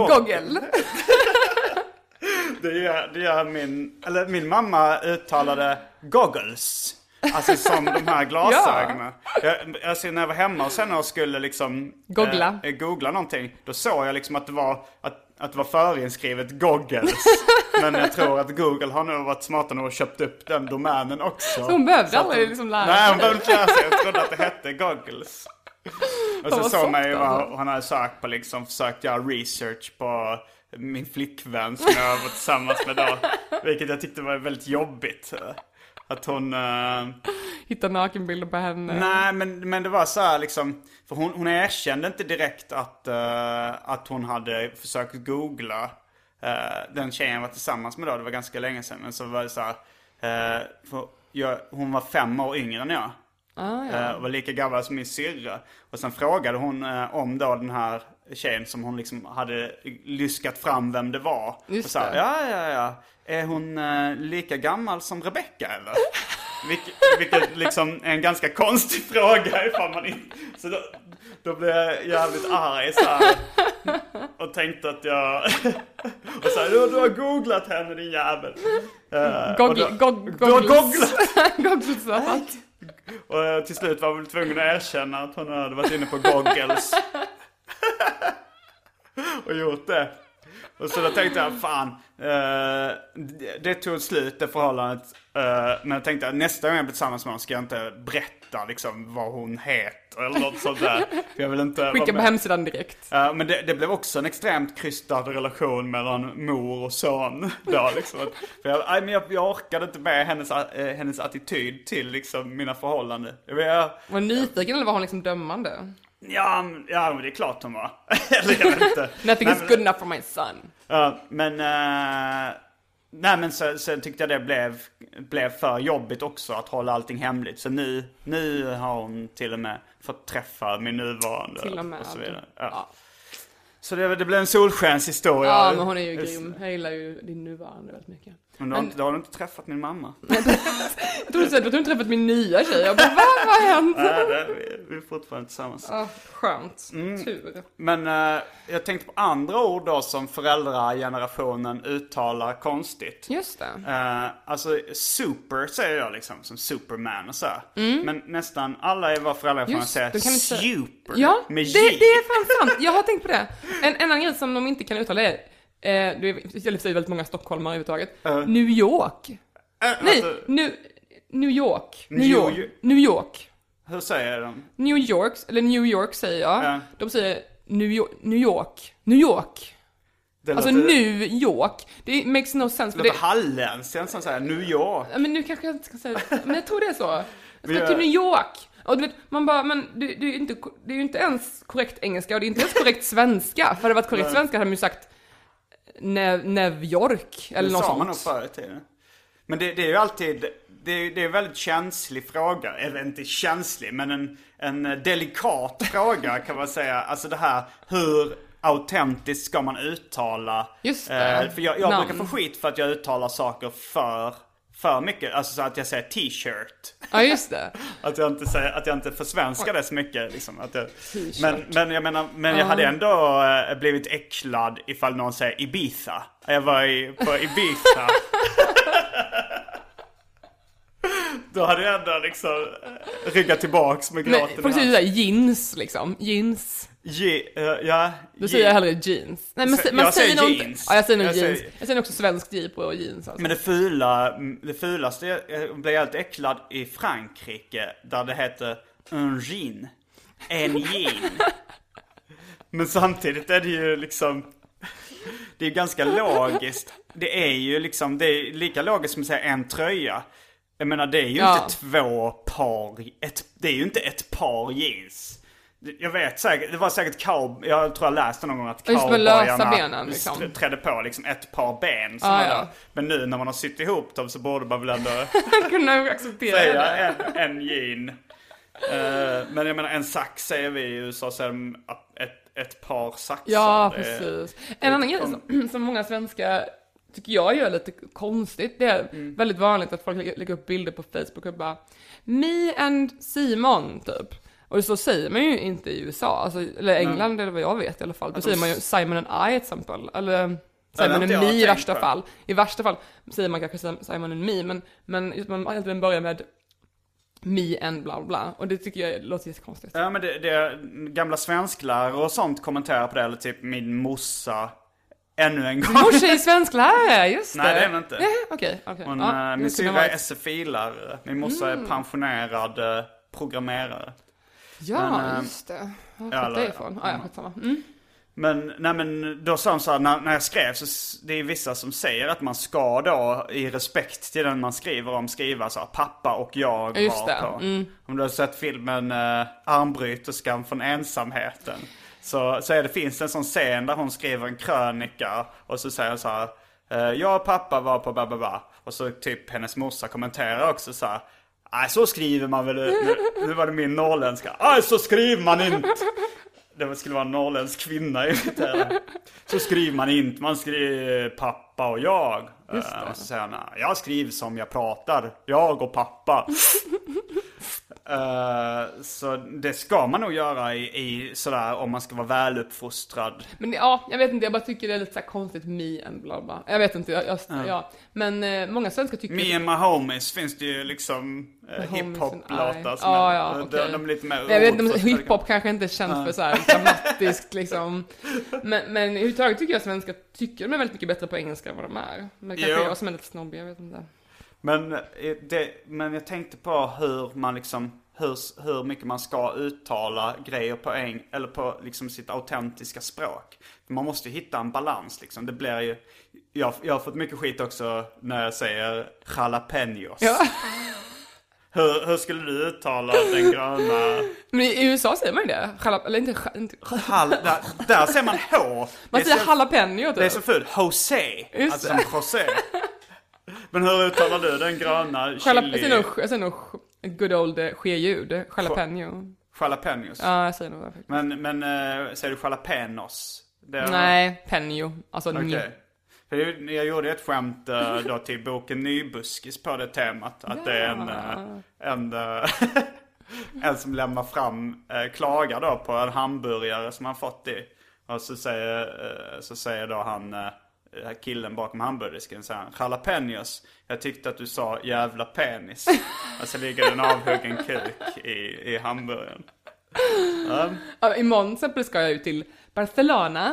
Det gör min mamma uttalade goggles. Alltså som de här glasögonen. Alltså när jag var hemma och sen och skulle liksom googla någonting, då såg jag liksom att det var förinskrivet goggles. Men jag tror att Google har nog varit smarta nog och köpt upp den domänen också. Så hon behövde aldrig liksom lära sig. Nej, hon behövde inte lära sig. Jag trodde att det hette goggles. Och så såg man ju vad han hade sökt på, liksom försökt göra research på min flickvän som jag var tillsammans med då. Vilket jag tyckte var väldigt jobbigt. Att hon... Hitta nakenbilder på henne. Nej, men det var så här liksom... För hon erkände inte direkt att hon hade försökt googla den tjejen jag var tillsammans med då. Det var ganska länge sedan. Men så var det så här... hon var 5 år yngre än jag. Och var lika gammal som min syrra. Och sen frågade hon om då den här tjejen som hon liksom hade lyskat fram vem det var. Just och så här, ja. Är hon lika gammal som Rebecca eller? Vilket liksom är en ganska konstig fråga ifall man inte... Så då blev jag jävligt arg så här, och tänkte att jag... och så här, du har googlat henne din jävel. Googlat. Och till slut var jag väl tvungen att erkänna att hon hade varit inne på Goggles. och gjort det. Och så då tänkte jag, fan, det tog slut det förhållandet. Men jag tänkte att nästa gång jag blir tillsammans med honom ska jag inte berätta liksom vad hon heter eller något sånt där. För jag vill inte... Skicka på hemsidan direkt. Men det blev också en extremt krystad relation mellan mor och son. Då, liksom. För jag orkade inte med hennes attityd till liksom, mina förhållanden. Var nyfiken eller var hon liksom dömande? Ja, men det är klart hon var. Eller jag vet inte. Nothing is good enough for my son. Men sen tyckte jag det blev för jobbigt också att hålla allting hemligt. Så nu har hon till och med fått träffa min nuvarande. Till och med. Och så vidare. Ja. Så det blev en solskenshistoria. Ja, men hon är ju grym. Jag gillar ju din nuvarande väldigt mycket. Men då har du inte träffat min mamma. Jag trodde att du inte träffat min nya tjej. Jag bara, vad har hänt? Nej, vi är fortfarande tillsammans. Skönt. Tur. Men jag tänkte på andra ord då som föräldragenerationen uttalar konstigt. Just det. Alltså super säger jag liksom, som Superman och så. Men nästan alla i våra föräldragenerationer säger super. Ja, med J. det är fan sant. Jag har tänkt på det. En annan grej som de inte kan uttala är... det är väldigt många stockholmare överhuvudtaget. New York. New York. Hur säger de? New York säger jag. De säger New York. Alltså New York. Det makes no sense. Det låter halländskt, en sån säger New York. Men nu kanske jag inte ska säga det. Men jag tror det är så. Jag ska till New York. Och du vet, man bara, men det är ju inte ens korrekt engelska. Och det är inte ens korrekt svenska. För hade det varit korrekt svenska hade man ju sagt New York eller något sånt. Det sa man nog förr i tiden. Men det är ju alltid... Det är en väldigt känslig fråga. Eller inte känslig, men en delikat fråga kan man säga. Alltså det här, hur autentiskt ska man uttala? Just det. För jag brukar få skit för att jag uttalar saker för mycket. Alltså så att jag säger t-shirt. Ja, just det. att jag inte försvenskar det så mycket liksom, men jag menar, jag hade ändå blivit äcklad ifall någon säger Ibiza. Jag var på Ibiza. Då hade jag ändå liksom ryggat tillbaks med gråten. Men folk säger såhär jeans liksom. Jeans. Då säger jag hellre jeans. Nej, men man säger någon... jeans. Ja, jag säger nog jeans. Jag säger också svensk jeep på jeans alltså. Men det fulaste, jag blev helt äcklad i Frankrike där det heter un jean. En jean. Men samtidigt är det ju liksom... Det är ganska logiskt. Det är ju liksom... Det är lika logiskt som att säga en tröja. Jag menar, det är ju inte två par... Det är ju inte ett par jeans. Jag vet säkert, det var säkert jag tror jag läste någon gång att cowboyarna liksom trädde på liksom ett par ben som men nu när man har sytt ihop dem så borde man väl ändå kunna acceptera säga en jean. Men jag menar, en sax säger vi i USA, så ett par saxar. Ja, precis. En annan grej som många svenskar tycker jag gör lite konstigt. Det är väldigt vanligt att folk lägger upp bilder på Facebook och bara me and Simon typ. Och så säger man ju inte i USA, alltså, eller England eller vad jag vet i alla fall. Då säger man ju Simon and I till exempel. Eller Simon and me i värsta fall. I värsta fall säger man kanske Simon and me. Men man egentligen börjar med me and bla bla. Och det tycker jag låter jättekonstigt. Ja, men det gamla svensklärare och sånt kommenterar på det. Eller typ min morsa ännu en gång. Morsa är svensklärare, just det. Nej, det är hon inte. Okej. Min syrra är SFI-lärare. Min morsa är pensionerad programmerare. Ja, men, just det. Jag har fått det ifrån. Ja, skitsamma. Men då sa han så här, när jag skrev så det är vissa som säger att man ska då i respekt till den man skriver om skriva så här, pappa och jag just var på. Om du har sett filmen Armbryterskan från ensamheten så finns det en sån scen där hon skriver en krönika och så säger hon så här, jag och pappa var på bababa. Och så typ hennes morsa kommenterar också så här, nej så skriver man väl, nu var det min norrländska, nej så skriver man inte. Det skulle vara en norrländsk kvinna i det. Så skriver man inte, man skriver pappa och jag. Och så säger han, jag skriver som jag pratar, jag och pappa. Så det ska man nog göra i sådär om man ska vara väluppfostrad. Men ja, jag vet inte, jag bara tycker det är lite så här konstigt me and bla bla. Jag vet inte, ja. Men många svenskar tycker... Me and my homies finns det ju liksom hiphop-låtar som okay. de är lite mer... Jag vet inte, hiphop kanske inte känns för så här dramatiskt liksom. Men överhuvudtaget tycker jag att svenskar tycker de är väldigt mycket bättre på engelska än vad de är. Men kanske jag som är lite snobbig, jag vet inte. Men jag tänkte på hur man liksom hur mycket man ska uttala grejer på eller på liksom sitt autentiska språk. Man måste hitta en balans liksom. Det blir ju jag har fått mycket skit också när jag säger jalapenos. Ja. Hur skulle du uttala den gröna? Men i USA säger man ju det. Eller inte där säger man H. Man säger jalapeno. Det är så fult. Jose. Alltså som Jose. Men hur uttalar du den gröna chili? Jag säger nog good old ske-ljud. Jalapeno. Jalapenos. Ja, jag säger nog det faktiskt. Men säger du jalapenos? Nej, penjo. Alltså okay. För jag gjorde ett skämt då till boken Nybuskis på det temat. Att det är en som lämnar fram klagar då på en hamburgare som han fått i. Och så säger då han... killen bakom hamburgersken säger han, jalapenos, jag tyckte att du sa jävla penis. Alltså ligger en avhuggen kuk i hamburgaren. Imorgon till exempel ska jag ut till Barcelona.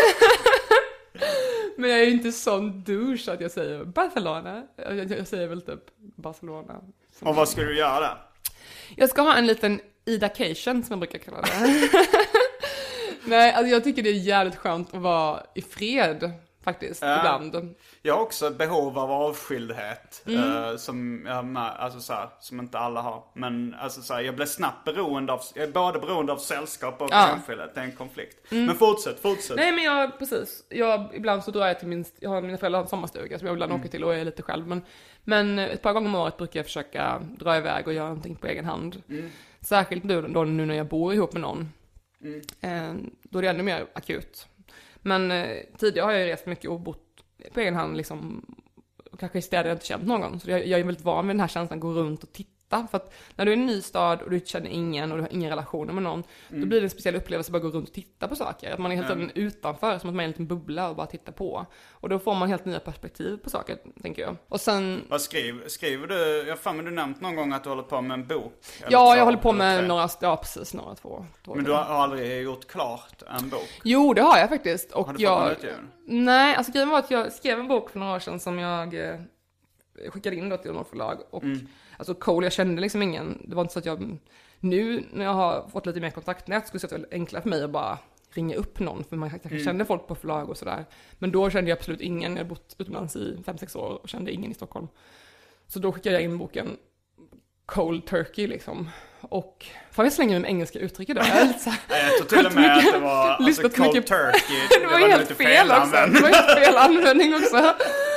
Men jag är ju inte sån douche att jag säger Barcelona. Jag säger väl typ Barcelona. Och vad ska du göra där? Jag ska ha en liten Ida-cation som jag brukar kalla det. Nej, alltså jag tycker det är jävligt skönt att vara i fred. Faktiskt, ibland. Jag har också behov av avskildhet som inte alla har. Men alltså, så här, jag blir snabbt beroende av... Jag är både beroende av sällskap och avskildhet. Det är en konflikt. Men fortsätt. Nej, men precis. Ibland så drar jag till jag har mina föräldrar har en sommarstuga som jag ibland åker till och är lite själv. Men ett par gånger om året brukar jag försöka dra iväg och göra någonting på egen hand. Särskilt då nu när jag bor ihop med någon. Då är det ännu mer akut. Men tidigare har jag rest mycket och bott på egen hand liksom, och kanske i städer jag inte känt någon gång. Så jag är väldigt van vid den här känslan att gå runt och titta. För att när du är i en ny stad och du känner ingen och du har ingen relationer med någon, då blir det en speciell upplevelse att bara gå runt och titta på saker. Att man är helt tiden utanför, som att man är en liten bubbla och bara tittar på. Och då får man helt nya perspektiv på saker, tänker jag. Och sen... Vad skriver du? Jag fan, men du nämnt någon gång att du håller på med en bok. Ja, jag håller på med några två. Men du har aldrig gjort klart en bok? Jo, det har jag faktiskt. Och har du fått utgivning? Nej, alltså grejen var att jag skrev en bok för några år sedan som jag skickade in då till något förlag. Och alltså Cole, jag kände liksom ingen. Det var inte så att jag nu när jag har fått lite mer kontaktnät skulle det vara enklare för mig att bara ringa upp någon. För man kanske kände folk på förlag och sådär. Men då kände jag absolut ingen. Jag har bott utomlands i 5-6 år och kände ingen i Stockholm. Så då skickade jag in boken Cold Turkey liksom. Och fan jag slänger med engelska uttryck idag. Jag tror till och med att det var alltså, Cold Turkey. Det var helt fel också. Det var helt fel användning också.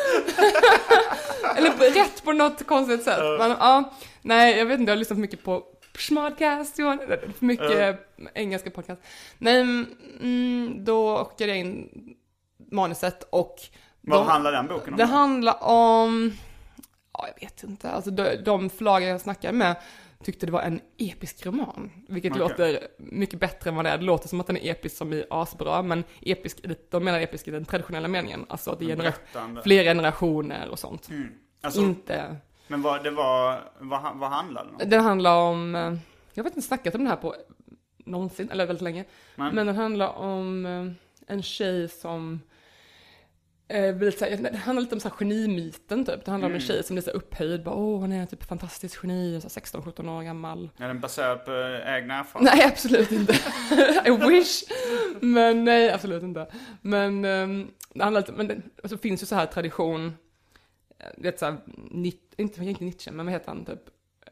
Eller rätt på något konstigt sätt. Men nej, jag vet inte, jag har lyssnat mycket på Schmodcast, för mycket engelska podcast. Nej, då skickade jag in manuset och... Vad handlar den boken om? Det handlar om... Ja, jag vet inte. Alltså de förlag jag snackade med tyckte det var en episk roman. Vilket låter mycket bättre än vad det är. Det låter som att den är episk som i asbra. Men episk, de menar episk i den traditionella meningen. Alltså att det är fler generationer och sånt. Alltså, inte... Men vad handlar den om? Den handlar om... Jag vet inte snackat om det här på någonsin, eller väldigt länge. Men den handlar om en tjej som Det handlar lite om så här genimyten typ. Det handlar om en tjej som blir så upphöjd. Hon är typ fantastisk geni, 16-17 år gammal. Är den baserad på egna erfarenheter? Nej, absolut inte. I wish. Men nej, absolut inte. Men det handlar lite, men det finns ju så här tradition. Det är så här, inte Nietzsche, men vad heter han typ?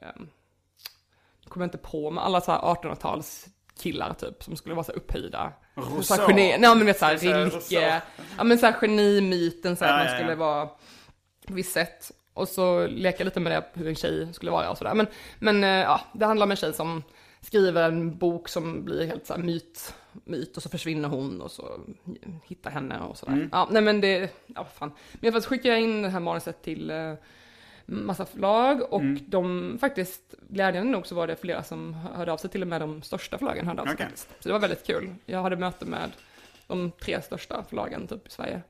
Jag kommer inte på, med alla så här 1800-tals killar typ som skulle vara så upphöjda. Rousseau. Nej, men vet så här Rilke. Ja, men så här genimyten så att man skulle vara på visst sätt och så leka lite med det hur en tjej skulle vara och så där. Men det handlar om en tjej som skriver en bok som blir helt så här myt och så försvinner hon och så hittar henne och så där. Ja, nej men det fan. Men jag skickade in det här manuset till massa förlag och de faktiskt, glädjande nog så var det flera som hörde av sig, till och med de största förlagen hörde av sig. Så det var väldigt kul. Jag hade möte med de 3 största förlagen typ i Sverige.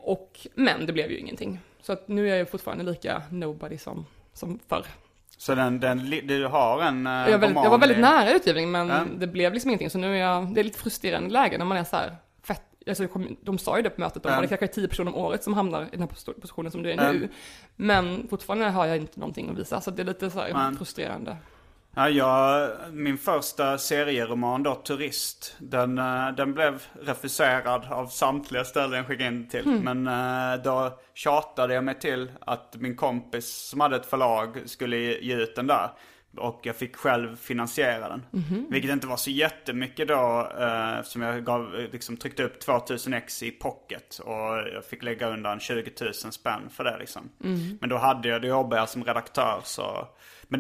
Men det blev ju ingenting. Så att nu är jag fortfarande lika nobody som förr. Så du har en jag var väldigt nära utgivning, men det blev liksom ingenting. Så nu är det är lite frustrerande läge när man är så här fett. Alltså, de sa ju det på mötet, det är kanske 10 personer om året som hamnar i den här positionen som du är nu. Men fortfarande har jag inte någonting att visa, så det är lite så här frustrerande. Ja, min första serieroman då, Turist, den blev refuserad av samtliga ställen jag skickade in till. Men då tjatade jag mig till att min kompis som hade ett förlag skulle ge ut den där. Och jag fick själv finansiera den. Vilket inte var så jättemycket då, som jag tryckte upp 2000 ex i pocket. Och jag fick lägga undan 20 000 spänn för det liksom. Men då jobbade jag som redaktör så. Men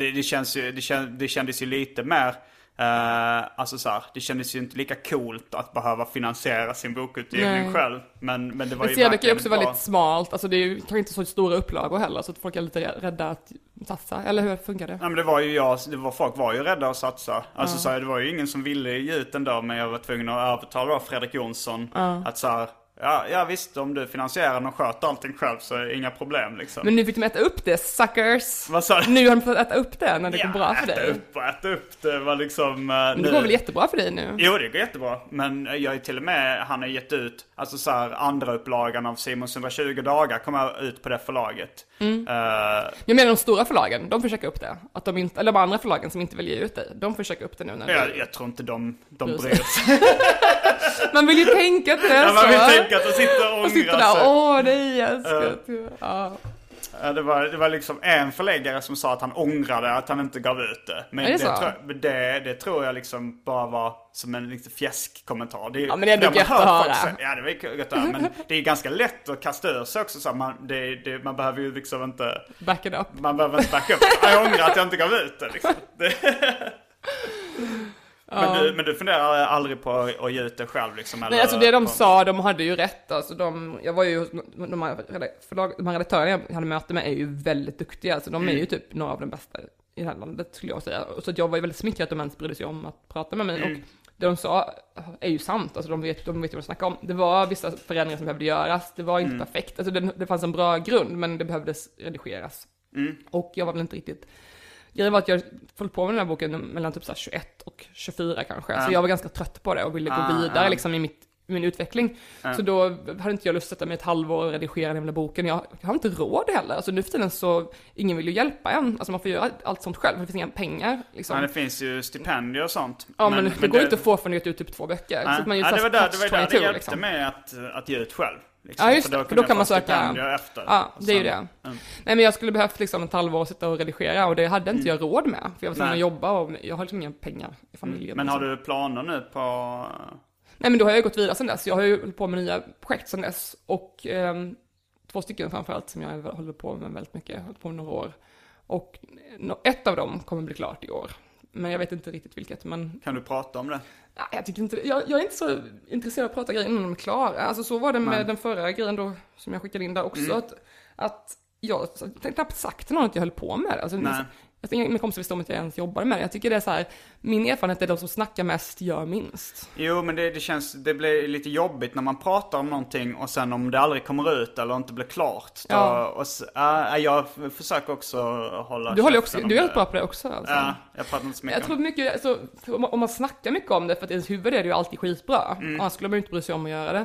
det kändes ju lite mer alltså så här, det kändes ju inte lika coolt att behöva finansiera sin bokutgivning själv. Men det var ju verkligen också väldigt smalt. Alltså det är ju kanske inte så stora upplagor heller, så att folk är lite rädda att satsa. Eller hur funkar det? Ja, men folk var ju rädda att satsa. Alltså så här, det var ju ingen som ville ge ut den då, men jag var tvungen att övertala Fredrik Jonsson att så här, ja visst, om du finansierar den och sköter allting själv så är det inga problem liksom. Men nu fick de äta upp det, suckers. Vad sa du? Nu har de fått äta upp det när det går bra för dig. Äta upp det var liksom... Men det går väl jättebra för dig nu? Jo, det går jättebra. Men jag är till och med, han har gett ut, alltså så här, andra upplagan av Simons 120 dagar kommer ut på det förlaget. Jag menar de stora förlagen, de försöker upp det. Att de inte, eller de andra förlagen som inte vill ge ut det, de försöker upp det nu när jag tror inte de bryr sig. Man vill ju tänka att det är så. Man vill tänka att de sitter och ångrar sig. Åh, nej, jag ska... Det var liksom en förläggare som sa att han ångrade att han inte gav ut det. Men det tror jag liksom bara var som en lite fjäskkommentar. Ja, men det är ändå gött att höra. Ja, det var gött att höra. Men det är ganska lätt att kasta ur sig också. Så man behöver ju liksom inte... Back it up. Man behöver inte backa upp. Jag ångrar att jag inte gav ut det liksom. Men du funderar aldrig på att ge ut det själv liksom? Eller? Nej, alltså det de sa, de hade ju rätt. Alltså jag var ju, de här redaktörerna jag hade möte med är ju väldigt duktiga. Alltså de är ju typ några av de bästa i det här landet, skulle jag säga. Så jag var ju väldigt smickrad att de ens brydde sig om att prata med mig. Och det de sa är ju sant. Alltså de vet vad de snackar om. Det var vissa förändringar som behövde göras. Det var inte perfekt. Alltså det fanns en bra grund, men det behövdes redigeras. Och jag var väl inte riktigt... Grejen var att jag föll på med den här boken mellan typ så 21 och 24 kanske. Så jag var ganska trött på det och ville gå vidare liksom i min utveckling. Så då hade inte jag lust att sätta mig ett halvår och redigera den jävla boken. Jag har inte råd heller. Alltså nu för tiden så, ingen vill ju hjälpa en. Alltså man får göra allt sånt själv, för det finns inga pengar liksom. Men det finns ju stipendier och sånt. Ja, men det går inte att få för att ge ut typ 2 böcker. Så man det var där det hjälpte liksom. Med att ge ut själv. Liksom. Ja, just det. För då kan man söka. Efter. Ja, det är ju det. Nej, men jag skulle behövt liksom ett halvår sitta och redigera, och det hade inte jag råd med. För jag var tvungen att jobba och jag har liksom inga pengar i familjen. Men har du planer nu på... Nej, men då har jag gått vidare sedan dess. Jag har ju hållit på med nya projekt sedan dess. Och 2 stycken framförallt som jag håller på med väldigt mycket. Jag har hållit på med några år. Och ett av dem kommer bli klart i år. Men jag vet inte riktigt vilket. Men... Kan du prata om det? Nej, jag tycker inte. Jag är inte så intresserad av att prata grejer innan de är klara. Alltså så var det med den förra grejen då, som jag skickade in där också. Att jag knappt sagt till någon att jag höll på med det. Alltså, jag tänker min kompisar visste om att jag ens jobbade med det. Jag tycker det är så här, min erfarenhet är de som snackar mest gör minst. Jo, men det blir lite jobbigt när man pratar om någonting och sen om det aldrig kommer ut eller inte blir klart. Jag försöker också hålla... Du är helt bra på det också alltså. Ja, jag pratar inte så mycket. Jag tror mycket, alltså, om man snackar mycket om det, för att ens huvud är det ju alltid skitbra. Annars skulle man ju inte bry sig om att göra det.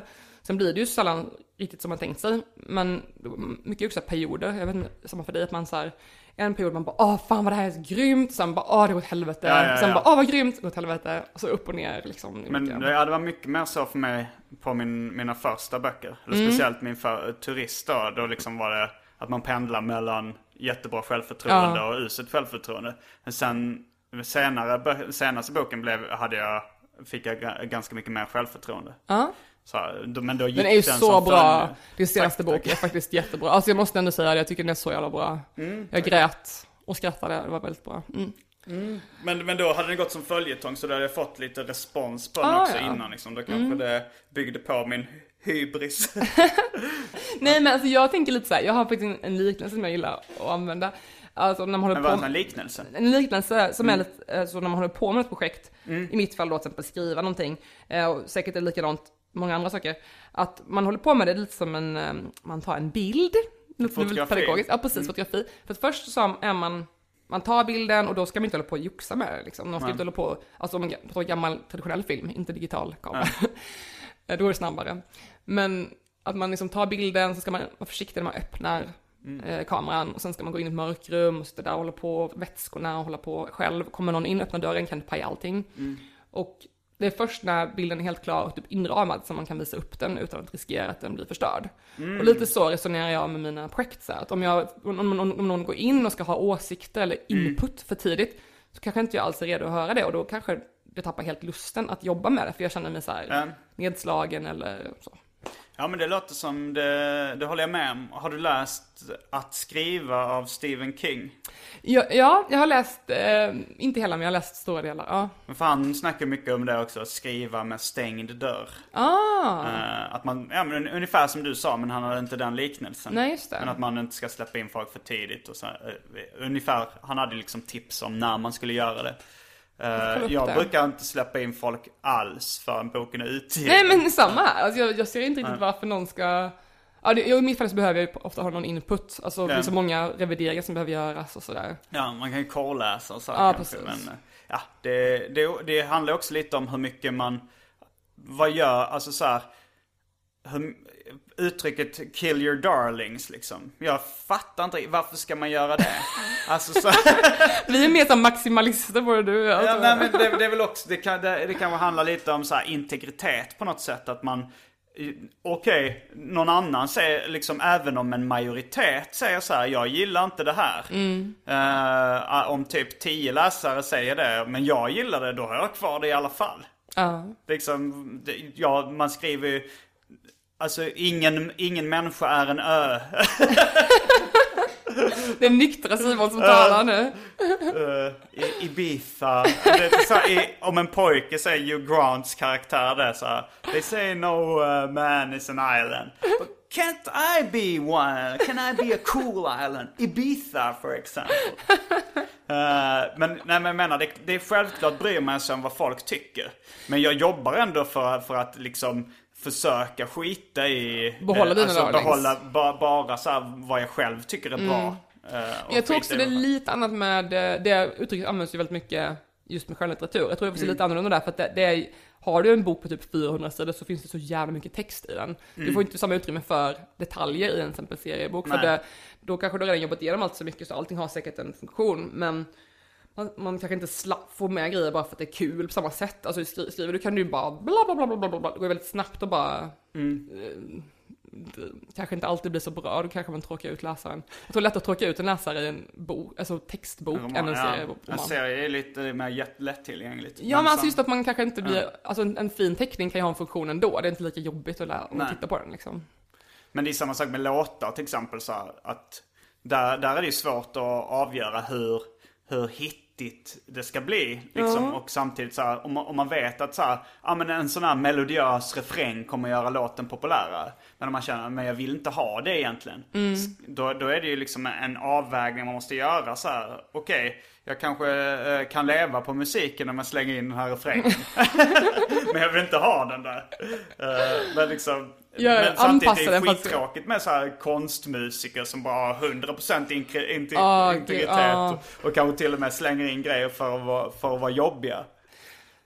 Sen blir det ju sällan riktigt som man tänkt sig, men mycket också perioder. Jag vet inte, samma för dig, att man så här, en period man bara, fan vad det här är så grymt, sen bara, det går åt helvete, sen bara, vad grymt, det går åt helvete, och så upp och ner liksom. Men det var mycket mer så för mig på mina första böcker, eller speciellt min turist då liksom var det att man pendlar mellan jättebra självförtroende och uselt självförtroende. Men sen senaste boken fick jag ganska mycket mer självförtroende. Så, men då gick den är ju så bra. Din senaste tack. bok är faktiskt jättebra. Alltså jag måste ändå säga det, jag tycker den är så jävla bra. Jag grät och skrattade, det var väldigt bra. Men då hade den gått som följetong, så då hade jag fått lite respons på den också innan liksom. Då kanske det byggde på min hybris. Nej, men alltså jag tänker lite så här, jag har faktiskt en liknelse som jag gillar att använda. Alltså när man håller på med en liknelse? En liknelse som är lite, så när man håller på med ett projekt, i mitt fall då till exempel skriva någonting, och säkert är det likadant många andra saker, att man håller på med det lite som man tar en bild, fotografi. Ja, precis, fotografi. För att först så är man tar bilden, och då ska man inte hålla på och joxa med det liksom. Man ska inte hålla på, alltså om man tar en gammal traditionell film, inte digital kamera. Då är det snabbare. Men att man liksom tar bilden, så ska man vara försiktig när man öppnar kameran, och sen ska man gå in i ett mörkrum och sitta där och hålla på vätskorna och hålla på själv. Kommer någon in och öppnar dörren kan det paja allting. Och det är först när bilden är helt klar och typ inramad som man kan visa upp den utan att riskera att den blir förstörd. Och lite så resonerar jag med mina projekt så här, att om någon går in och ska ha åsikter eller input för tidigt, så kanske inte jag alls är redo att höra det, och då kanske det tappar helt lusten att jobba med det, för jag känner mig så här nedslagen eller så. Ja, men det låter som det håller jag med om. Har du läst Att skriva av Stephen King? Ja, jag har läst, inte hela, men jag har läst stora delar. Ja. Men för han snackar mycket om det också, att skriva med stängd dörr. Att man, men ungefär som du sa, men han hade inte den liknelsen. Nej, just det. Men att man inte ska släppa in folk för tidigt. Och så, ungefär, han hade liksom tips om när man skulle göra det. Jag brukar inte släppa in folk alls förrän boken är utgiven. Nej, men samma här. Alltså, jag ser inte riktigt varför någon ska... I mitt fall så behöver jag ofta ha någon input. Alltså det är så många revideringar som behöver göras och sådär. Ja, man kan ju korrläsa och så. Precis. Men det handlar också lite om hur mycket man... Vad gör, alltså så här... Uttrycket kill your darlings liksom. Jag fattar inte, varför ska man göra det? Alltså så... Vi är mer som maximalister, både du. Alltså. Ja, nej, men det är väl också, det kan handla lite om så här integritet på något sätt, att man någon annan säger liksom, även om en majoritet säger så här, jag gillar inte det här. Om typ 10 läsare säger det, men jag gillar det, då har jag kvar det i alla fall. Liksom, man skriver ju, alltså ingen människa är en ö. Det är nyktra Simon som talar nu. Ibiza. Om en pojke säger Hugh Grants karaktär där så här, they say no man is an island. But can't I be one? Can I be a cool island? Ibiza, for example. Men jag menar, det är självklart bryr man sig om vad folk tycker. Men jag jobbar ändå för att liksom försöka skita i... Behålla dina behålla bara så här, vad jag själv tycker är bra. Jag tror också det är lite annat med... Det uttrycket används ju väldigt mycket just med skönlitteratur. Jag tror det är lite annorlunda där, för att har du en bok på typ 400 sidor så finns det så jävla mycket text i den. Du får inte samma utrymme för detaljer i en exempel seriebok. För då kanske du redan jobbat igenom allt så mycket, så allting har säkert en funktion. Men man kanske inte får med grejer bara för att det är kul på samma sätt. Alltså skriver du kan du bara bla bla bla bla bla. Det går väldigt snabbt och bara... kanske inte alltid blir så bra. Då kanske man tråkar ut läsaren. Jag tror det är lätt att tråka ut en läsare i en bok, alltså textbok, än en seriebok. En serie är lite mer lättillgängligt. Ja, men alltså just att man kanske inte blir... Alltså en fin teckning kan ju ha en funktion ändå. Det är inte lika jobbigt att titta på den liksom. Men det är samma sak med låtar till exempel, så här, att där är det ju svårt att avgöra hur hittigt det ska bli liksom. Och samtidigt så här, om man vet att så här, men en sån här melodiös refräng kommer göra låten populärare, men om man känner, men jag vill inte ha det egentligen, då är det ju liksom en avvägning man måste göra så här. Okej, jag kanske kan leva på musiken om jag slänger in den här refrängen. Men jag vill inte ha den där. Men liksom... Men samtidigt är det skittråkigt med så här konstmusiker som bara har 100% integritet och kanske till och med slänger in grejer för att vara jobbiga.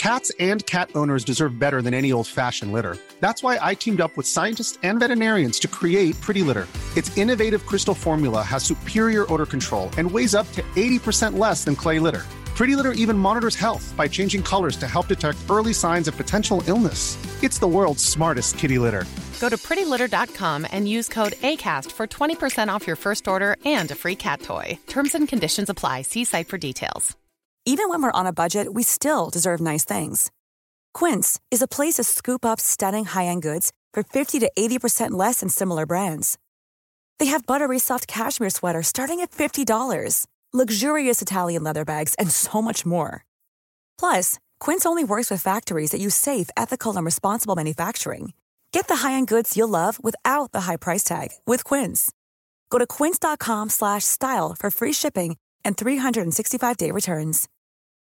Cats and cat owners deserve better than any old-fashioned litter. That's why I teamed up with scientists and veterinarians to create Pretty Litter. Its innovative crystal formula has superior odor control and weighs up to 80% less than clay litter. Pretty Litter even monitors health by changing colors to help detect early signs of potential illness. It's the world's smartest kitty litter. Go to prettylitter.com and use code ACAST for 20% off your first order and a free cat toy. Terms and conditions apply. See site for details. Even when we're on a budget, we still deserve nice things. Quince is a place to scoop up stunning high-end goods for 50 to 80% less than similar brands. They have buttery soft cashmere sweaters starting at $50, luxurious Italian leather bags, and so much more. Plus, Quince only works with factories that use safe, ethical, and responsible manufacturing. Get the high-end goods you'll love without the high price tag with Quince. Go to quince.com/style for free shipping and 365-day returns.